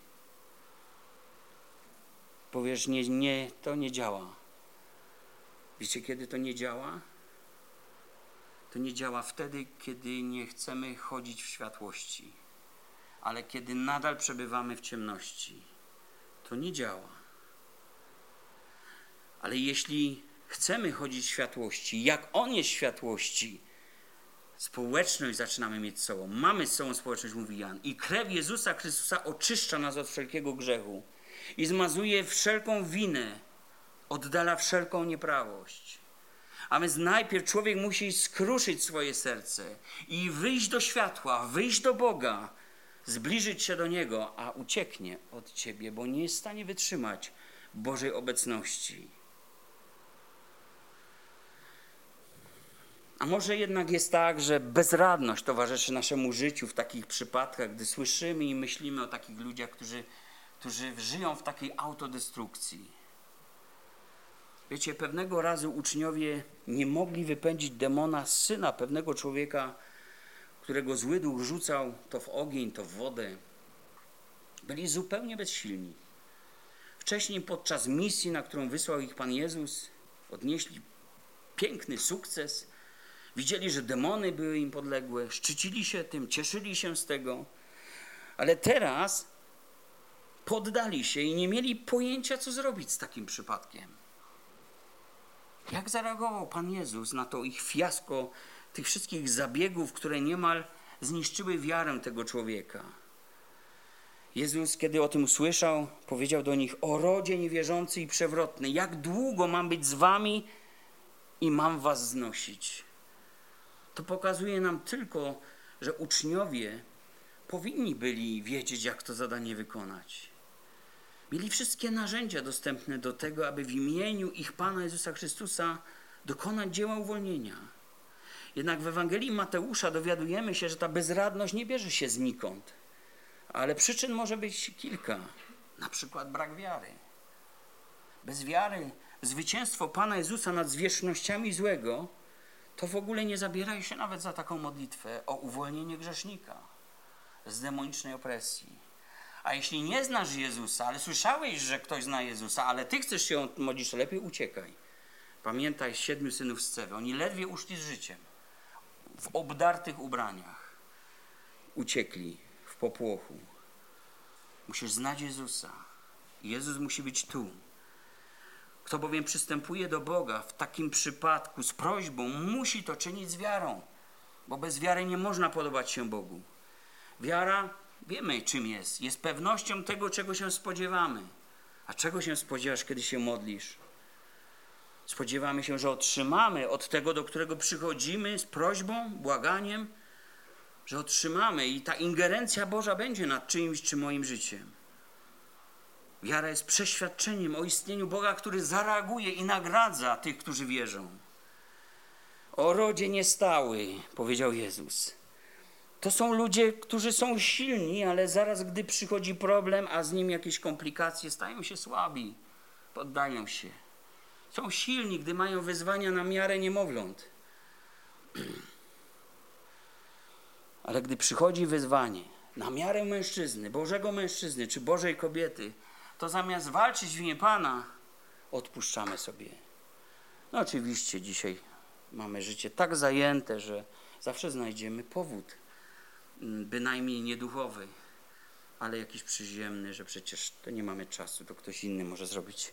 Powiesz, nie, to nie działa. Wiecie, kiedy to nie działa? To nie działa wtedy, kiedy nie chcemy chodzić w światłości, ale kiedy nadal przebywamy w ciemności. To nie działa. Ale jeśli chcemy chodzić w światłości, jak On jest w światłości, społeczność zaczynamy mieć z sobą. Mamy z sobą społeczność, mówi Jan. I krew Jezusa Chrystusa oczyszcza nas od wszelkiego grzechu i zmazuje wszelką winę, oddala wszelką nieprawość. A więc najpierw człowiek musi skruszyć swoje serce i wyjść do światła, wyjść do Boga, zbliżyć się do Niego, a ucieknie od ciebie, bo nie jest w stanie wytrzymać Bożej obecności. A może jednak jest tak, że bezradność towarzyszy naszemu życiu w takich przypadkach, gdy słyszymy i myślimy o takich ludziach, którzy żyją w takiej autodestrukcji. Wiecie, pewnego razu uczniowie nie mogli wypędzić demona z syna pewnego człowieka, którego zły duch rzucał to w ogień, to w wodę. Byli zupełnie bezsilni. Wcześniej podczas misji, na którą wysłał ich Pan Jezus, odnieśli piękny sukces. Widzieli, że demony były im podległe, szczycili się tym, cieszyli się z tego. Ale teraz poddali się i nie mieli pojęcia, co zrobić z takim przypadkiem. Jak zareagował Pan Jezus na to ich fiasko, tych wszystkich zabiegów, które niemal zniszczyły wiarę tego człowieka? Jezus, kiedy o tym usłyszał, powiedział do nich: o rodzie niewierzący i przewrotny, jak długo mam być z wami i mam was znosić? To pokazuje nam tylko, że uczniowie powinni byli wiedzieć, jak to zadanie wykonać. Mieli wszystkie narzędzia dostępne do tego, aby w imieniu ich Pana Jezusa Chrystusa dokonać dzieła uwolnienia. Jednak w Ewangelii Mateusza dowiadujemy się, że ta bezradność nie bierze się znikąd. Ale przyczyn może być kilka. Na przykład brak wiary. Bez wiary zwycięstwo Pana Jezusa nad zwierzchnościami złego to w ogóle nie zabieraj się nawet za taką modlitwę o uwolnienie grzesznika z demonicznej opresji. A jeśli nie znasz Jezusa, ale słyszałeś, że ktoś zna Jezusa, ale ty chcesz się modlić, to lepiej uciekaj. Pamiętaj 7 synów Scewy. Oni ledwie uszli z życiem. W obdartych ubraniach. Uciekli w popłochu. Musisz znać Jezusa. Jezus musi być tu. Kto bowiem przystępuje do Boga w takim przypadku z prośbą, musi to czynić z wiarą. Bo bez wiary nie można podobać się Bogu. Wiara, wiemy czym jest. Jest pewnością tego, czego się spodziewamy. A czego się spodziewasz, kiedy się modlisz? Spodziewamy się, że otrzymamy od tego, do którego przychodzimy z prośbą, błaganiem, że otrzymamy i ta ingerencja Boża będzie nad czyimś czy moim życiem. Wiara jest przeświadczeniem o istnieniu Boga, który zareaguje i nagradza tych, którzy wierzą. O rodzie niestały, powiedział Jezus. To są ludzie, którzy są silni, ale zaraz, gdy przychodzi problem, a z nim jakieś komplikacje, stają się słabi, poddają się. Są silni, gdy mają wyzwania na miarę niemowląt. Ale gdy przychodzi wyzwanie na miarę mężczyzny, Bożego mężczyzny czy Bożej kobiety, to zamiast walczyć w imię Pana, odpuszczamy sobie. No oczywiście dzisiaj mamy życie tak zajęte, że zawsze znajdziemy powód, bynajmniej nieduchowy, ale jakiś przyziemny, że przecież to nie mamy czasu, to ktoś inny może zrobić.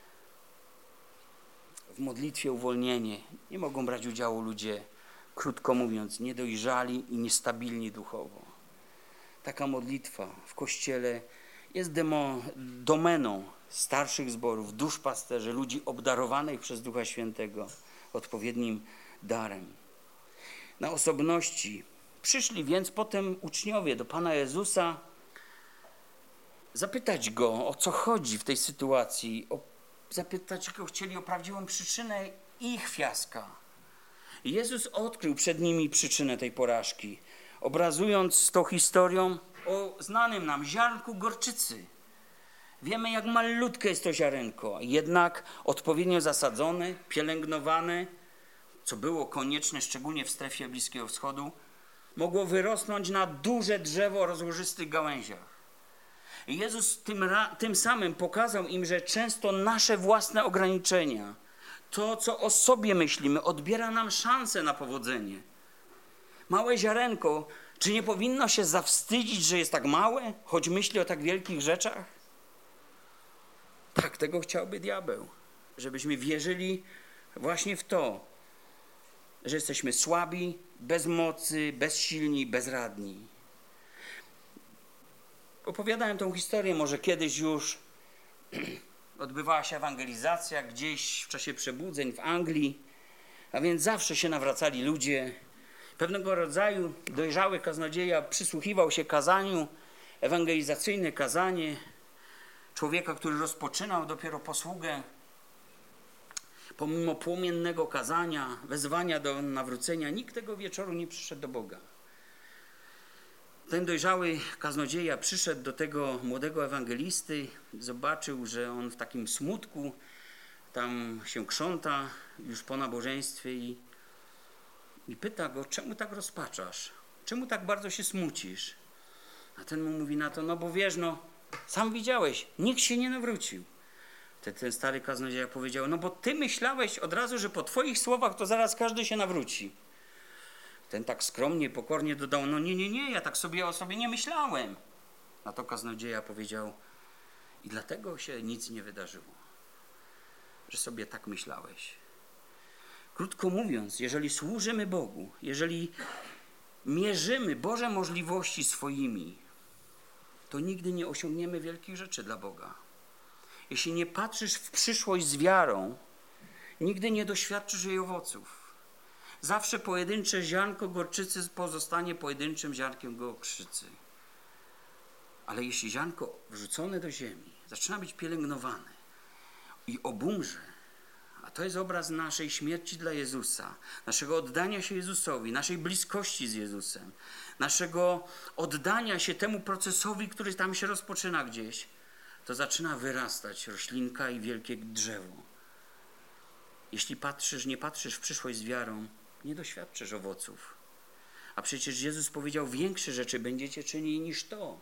W modlitwie uwolnienie nie mogą brać udziału ludzie, krótko mówiąc, niedojrzali i niestabilni duchowo. Taka modlitwa w Kościele jest domeną starszych zborów, duszpasterzy, ludzi obdarowanych przez Ducha Świętego odpowiednim darem. Na osobności przyszli więc potem uczniowie do Pana Jezusa zapytać Go, o co chodzi w tej sytuacji, zapytać Go chcieli o prawdziwą przyczynę ich fiaska. Jezus odkrył przed nimi przyczynę tej porażki, obrazując tą historią o znanym nam ziarnku gorczycy. Wiemy, jak malutkie jest to ziarenko, jednak odpowiednio zasadzone, pielęgnowane, co było konieczne szczególnie w strefie Bliskiego Wschodu, mogło wyrosnąć na duże drzewo o rozłożystych gałęziach. I Jezus tym samym pokazał im, że często nasze własne ograniczenia, to, co o sobie myślimy, odbiera nam szansę na powodzenie. Małe ziarenko, czy nie powinno się zawstydzić, że jest tak małe, choć myśli o tak wielkich rzeczach? Tak, tego chciałby diabeł, żebyśmy wierzyli właśnie w to, że jesteśmy słabi, bez mocy, bezsilni, bezradni. Opowiadałem tą historię, może kiedyś już odbywała się ewangelizacja gdzieś w czasie przebudzeń w Anglii, a więc zawsze się nawracali ludzie. Pewnego rodzaju dojrzały kaznodzieja przysłuchiwał się kazaniu, ewangelizacyjne kazanie człowieka, który rozpoczynał dopiero posługę. Pomimo płomiennego kazania, wezwania do nawrócenia, nikt tego wieczoru nie przyszedł do Boga. Ten dojrzały kaznodzieja przyszedł do tego młodego ewangelisty, zobaczył, że on w takim smutku tam się krząta już po nabożeństwie i pyta go, czemu tak rozpaczasz? Czemu tak bardzo się smucisz? A ten mu mówi na to, no bo wiesz, no sam widziałeś, nikt się nie nawrócił. Ten stary kaznodzieja powiedział, no bo ty myślałeś od razu, że po twoich słowach to zaraz każdy się nawróci. Ten tak skromnie, pokornie dodał, no nie, ja tak sobie o sobie nie myślałem. Na to kaznodzieja powiedział, i dlatego się nic nie wydarzyło, że sobie tak myślałeś. Krótko mówiąc, jeżeli służymy Bogu, jeżeli mierzymy Boże możliwości swoimi, to nigdy nie osiągniemy wielkich rzeczy dla Boga. Jeśli nie patrzysz w przyszłość z wiarą, nigdy nie doświadczysz jej owoców. Zawsze pojedyncze ziarnko gorczycy pozostanie pojedynczym ziarnkiem gorczycy. Ale jeśli ziarnko wrzucone do ziemi zaczyna być pielęgnowane i obumrze, a to jest obraz naszej śmierci dla Jezusa, naszego oddania się Jezusowi, naszej bliskości z Jezusem, naszego oddania się temu procesowi, który tam się rozpoczyna gdzieś, to zaczyna wyrastać roślinka i wielkie drzewo. Jeśli nie patrzysz w przyszłość z wiarą, nie doświadczysz owoców. A przecież Jezus powiedział, większe rzeczy będziecie czynili niż to.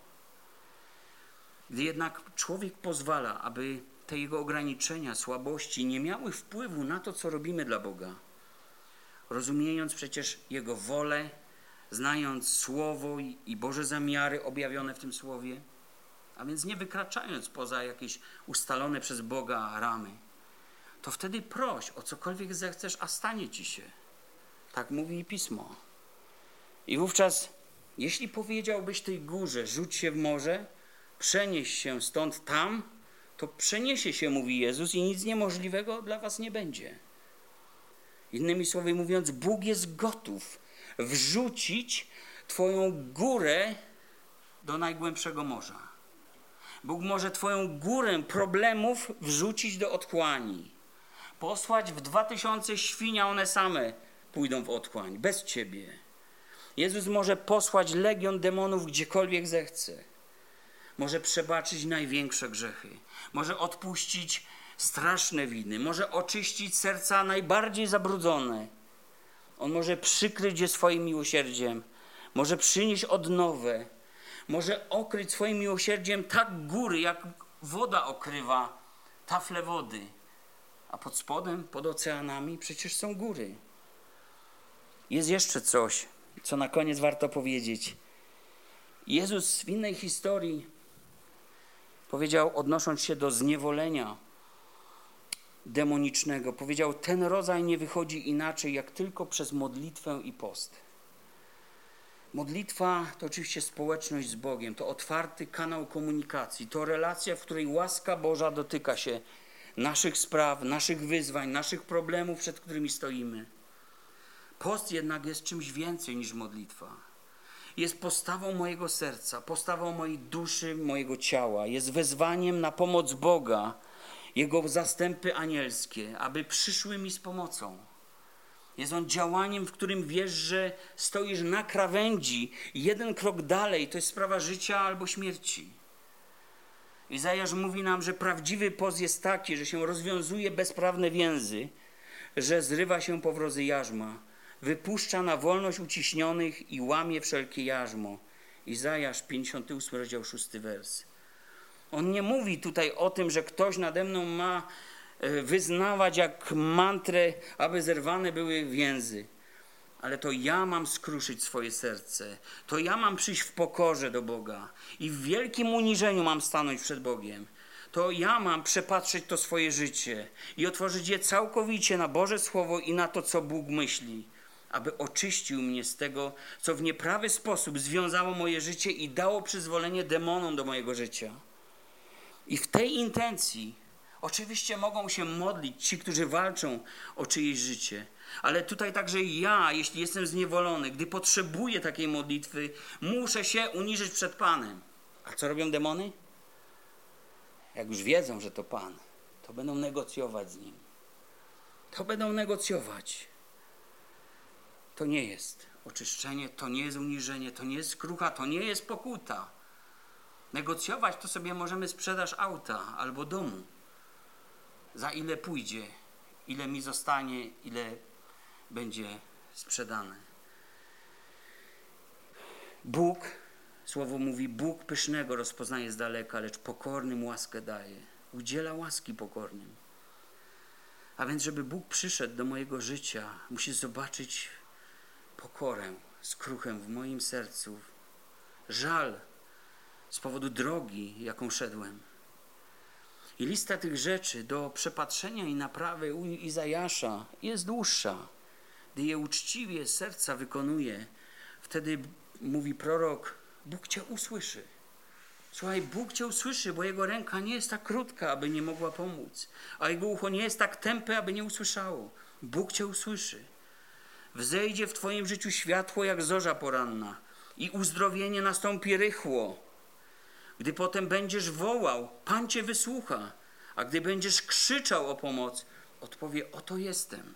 Gdy jednak człowiek pozwala, aby te jego ograniczenia, słabości nie miały wpływu na to, co robimy dla Boga, rozumiejąc przecież Jego wolę, znając Słowo i Boże zamiary objawione w tym Słowie, a więc nie wykraczając poza jakieś ustalone przez Boga ramy, to wtedy proś o cokolwiek zechcesz, a stanie ci się. Tak mówi Pismo. I wówczas, jeśli powiedziałbyś tej górze, rzuć się w morze, przenieś się stąd tam, to przeniesie się, mówi Jezus, i nic niemożliwego dla was nie będzie. Innymi słowy mówiąc, Bóg jest gotów wrzucić twoją górę do najgłębszego morza. Bóg może twoją górę problemów wrzucić do otchłani. Posłać w 2000 świń, a one same pójdą w otchłań, bez ciebie. Jezus może posłać legion demonów gdziekolwiek zechce. Może przebaczyć największe grzechy. Może odpuścić straszne winy. Może oczyścić serca najbardziej zabrudzone. On może przykryć je swoim miłosierdziem. Może przynieść odnowę. Może okryć swoim miłosierdziem tak góry, jak woda okrywa tafle wody. A pod spodem, pod oceanami przecież są góry. Jest jeszcze coś, co na koniec warto powiedzieć. Jezus w innej historii powiedział, odnosząc się do zniewolenia demonicznego, powiedział, ten rodzaj nie wychodzi inaczej, jak tylko przez modlitwę i post. Modlitwa to oczywiście społeczność z Bogiem, to otwarty kanał komunikacji, to relacja, w której łaska Boża dotyka się naszych spraw, naszych wyzwań, naszych problemów, przed którymi stoimy. Post jednak jest czymś więcej niż modlitwa. Jest postawą mojego serca, postawą mojej duszy, mojego ciała. Jest wezwaniem na pomoc Boga, Jego zastępy anielskie, aby przyszły mi z pomocą. Jest on działaniem, w którym wiesz, że stoisz na krawędzi i jeden krok dalej to jest sprawa życia albo śmierci. Izajasz mówi nam, że prawdziwy post jest taki, że się rozwiązuje bezprawne więzy, że zrywa się powrozy jarzma, wypuszcza na wolność uciśnionych i łamie wszelkie jarzmo. Izajasz 58, rozdział 6 wers. On nie mówi tutaj o tym, że ktoś nade mną ma wyznawać jak mantrę, aby zerwane były więzy. Ale to ja mam skruszyć swoje serce. To ja mam przyjść w pokorze do Boga. I w wielkim uniżeniu mam stanąć przed Bogiem. To ja mam przepatrzeć to swoje życie i otworzyć je całkowicie na Boże Słowo i na to, co Bóg myśli. Aby oczyścił mnie z tego, co w nieprawy sposób związało moje życie i dało przyzwolenie demonom do mojego życia. I w tej intencji oczywiście mogą się modlić ci, którzy walczą o czyjeś życie. Ale tutaj także ja, jeśli jestem zniewolony, gdy potrzebuję takiej modlitwy, muszę się uniżyć przed Panem. A co robią demony? Jak już wiedzą, że to Pan, to będą negocjować z Nim. To będą negocjować. To nie jest oczyszczenie, to nie jest uniżenie, to nie jest skrucha, to nie jest pokuta. Negocjować to sobie możemy sprzedaż auta albo domu. Za ile pójdzie, ile mi zostanie, ile będzie sprzedane. Bóg, Słowo mówi, Bóg pysznego rozpoznaje z daleka, lecz pokornym łaskę daje. Udziela łaski pokornym. A więc, żeby Bóg przyszedł do mojego życia, musi zobaczyć pokorę, skruchę w moim sercu, żal z powodu drogi, jaką szedłem. I lista tych rzeczy do przepatrzenia i naprawy u Izajasza jest dłuższa. Gdy je uczciwie z serca wykonuje, wtedy mówi prorok, Bóg cię usłyszy. Słuchaj, Bóg cię usłyszy, bo Jego ręka nie jest tak krótka, aby nie mogła pomóc, a Jego ucho nie jest tak tępe, aby nie usłyszało. Bóg cię usłyszy. Wzejdzie w twoim życiu światło jak zorza poranna i uzdrowienie nastąpi rychło. Gdy potem będziesz wołał, Pan cię wysłucha, a gdy będziesz krzyczał o pomoc, odpowie, oto jestem.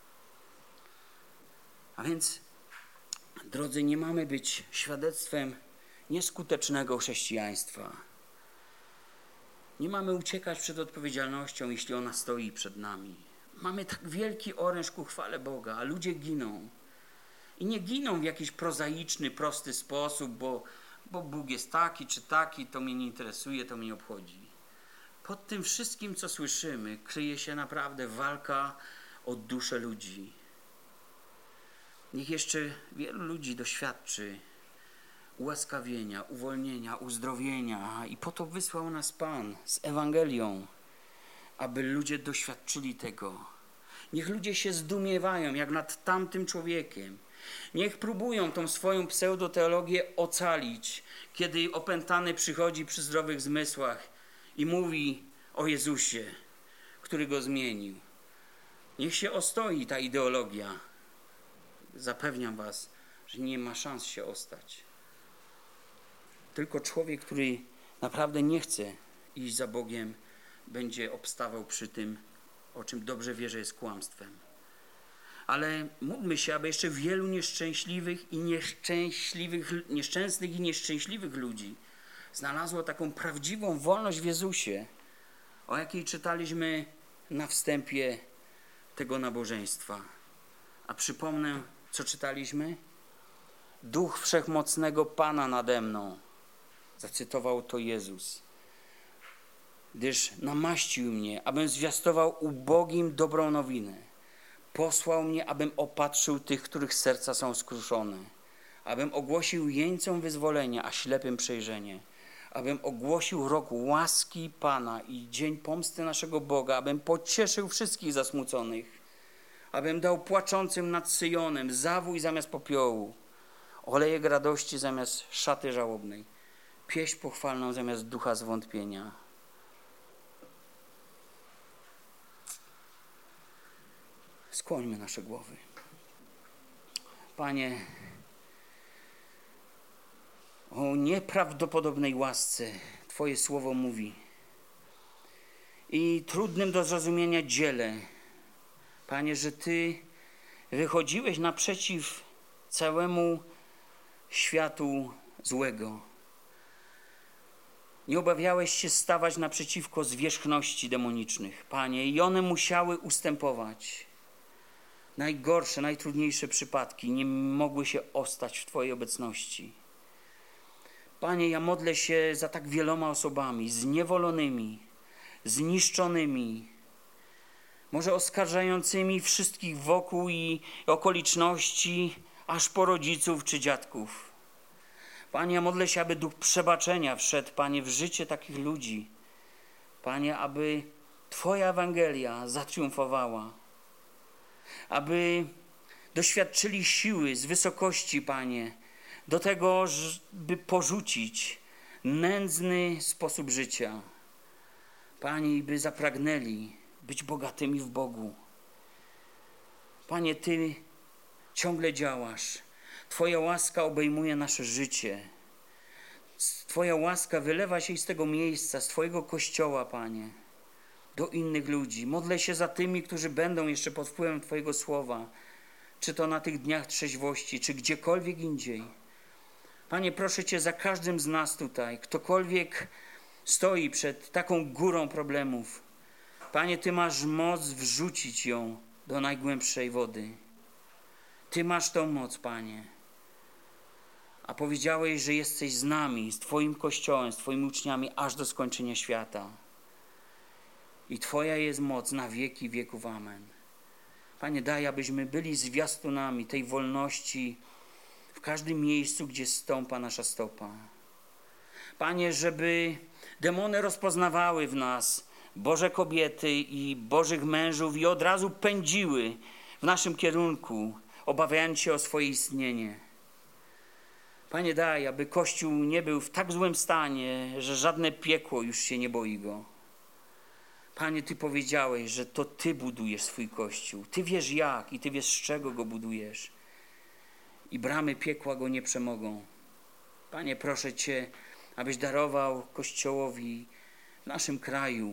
A więc, drodzy, nie mamy być świadectwem nieskutecznego chrześcijaństwa. Nie mamy uciekać przed odpowiedzialnością, jeśli ona stoi przed nami. Mamy tak wielki oręż ku chwale Boga, a ludzie giną. I nie giną w jakiś prozaiczny, prosty sposób, bo Bóg jest taki czy taki, to mnie nie interesuje, to mnie nie obchodzi. Pod tym wszystkim, co słyszymy, kryje się naprawdę walka o duszę ludzi. Niech jeszcze wielu ludzi doświadczy ułaskawienia, uwolnienia, uzdrowienia. I po to wysłał nas Pan z Ewangelią, aby ludzie doświadczyli tego. Niech ludzie się zdumiewają, jak nad tamtym człowiekiem. Niech próbują tą swoją pseudoteologię ocalić, kiedy opętany przychodzi przy zdrowych zmysłach i mówi o Jezusie, który go zmienił. Niech się ostoi ta ideologia. Zapewniam was, że nie ma szans się ostać. Tylko człowiek, który naprawdę nie chce iść za Bogiem, będzie obstawał przy tym, o czym dobrze wie, że jest kłamstwem. Ale módlmy się, aby jeszcze wielu nieszczęśliwych i nieszczęśliwych ludzi znalazło taką prawdziwą wolność w Jezusie, o jakiej czytaliśmy na wstępie tego nabożeństwa. A przypomnę, co czytaliśmy? Duch Wszechmocnego Pana nade mną. Zacytował to Jezus. Gdyż namaścił mnie, abym zwiastował ubogim dobrą nowinę. Posłał mnie, abym opatrzył tych, których serca są skruszone. Abym ogłosił jeńcom wyzwolenie, a ślepym przejrzenie. Abym ogłosił rok łaski Pana i dzień pomsty naszego Boga. Abym pocieszył wszystkich zasmuconych. Abym dał płaczącym nad Syjonem zawój zamiast popiołu. Olejek radości zamiast szaty żałobnej. Pieśń pochwalną zamiast ducha zwątpienia. Skłońmy nasze głowy. Panie, o nieprawdopodobnej łasce Twoje słowo mówi i trudnym do zrozumienia dziele. Panie, że Ty wychodziłeś naprzeciw całemu światu złego. Nie obawiałeś się stawać naprzeciwko zwierzchności demonicznych, Panie, i one musiały ustępować. Najgorsze, najtrudniejsze przypadki nie mogły się ostać w Twojej obecności. Panie, ja modlę się za tak wieloma osobami, zniewolonymi, zniszczonymi, może oskarżającymi wszystkich wokół i okoliczności, aż po rodziców czy dziadków. Panie, ja modlę się, aby duch przebaczenia wszedł, Panie, w życie takich ludzi. Panie, aby Twoja Ewangelia zatriumfowała. Aby doświadczyli siły z wysokości, Panie, do tego, by porzucić nędzny sposób życia. Panie, i by zapragnęli być bogatymi w Bogu. Panie, Ty ciągle działasz. Twoja łaska obejmuje nasze życie. Twoja łaska wylewa się z tego miejsca, z Twojego Kościoła, Panie, do innych ludzi. Modlę się za tymi, którzy będą jeszcze pod wpływem Twojego słowa, czy to na tych dniach trzeźwości, czy gdziekolwiek indziej. Panie, proszę Cię za każdym z nas tutaj, ktokolwiek stoi przed taką górą problemów. Panie, Ty masz moc wrzucić ją do najgłębszej wody. Ty masz tą moc, Panie. A powiedziałeś, że jesteś z nami, z Twoim Kościołem, z Twoimi uczniami, aż do skończenia świata. I Twoja jest moc na wieki wieków. Amen. Panie, daj, abyśmy byli zwiastunami tej wolności w każdym miejscu, gdzie stąpa nasza stopa. Panie, żeby demony rozpoznawały w nas Boże kobiety i Bożych mężów i od razu pędziły w naszym kierunku, obawiając się o swoje istnienie. Panie, daj, aby Kościół nie był w tak złym stanie, że żadne piekło już się nie boi go. Panie, Ty powiedziałeś, że to Ty budujesz swój Kościół. Ty wiesz jak i Ty wiesz, z czego go budujesz. I bramy piekła go nie przemogą. Panie, proszę Cię, abyś darował Kościołowi w naszym kraju,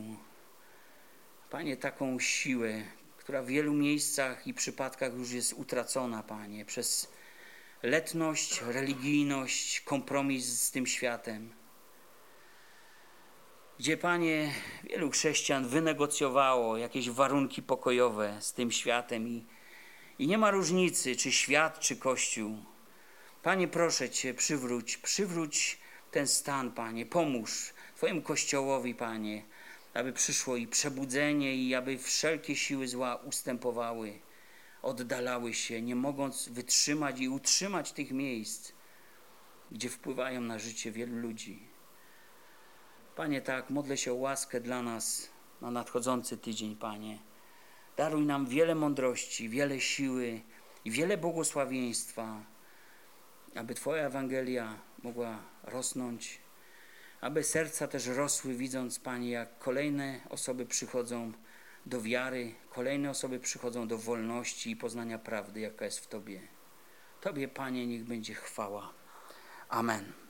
Panie, taką siłę, która w wielu miejscach i przypadkach już jest utracona, Panie, przez letność, religijność, kompromis z tym światem. gdzie, Panie, wielu chrześcijan wynegocjowało jakieś warunki pokojowe z tym światem i nie ma różnicy, czy świat, czy Kościół. Panie, proszę Cię, przywróć ten stan, Panie, pomóż Twojemu Kościołowi, Panie, aby przyszło i przebudzenie i aby wszelkie siły zła ustępowały, oddalały się, nie mogąc wytrzymać i utrzymać tych miejsc, gdzie wpływają na życie wielu ludzi. Panie, tak, modlę się o łaskę dla nas na nadchodzący tydzień, Panie. Daruj nam wiele mądrości, wiele siły i wiele błogosławieństwa, aby Twoja Ewangelia mogła rosnąć, aby serca też rosły, widząc, Panie, jak kolejne osoby przychodzą do wiary, kolejne osoby przychodzą do wolności i poznania prawdy, jaka jest w Tobie. Tobie, Panie, niech będzie chwała. Amen.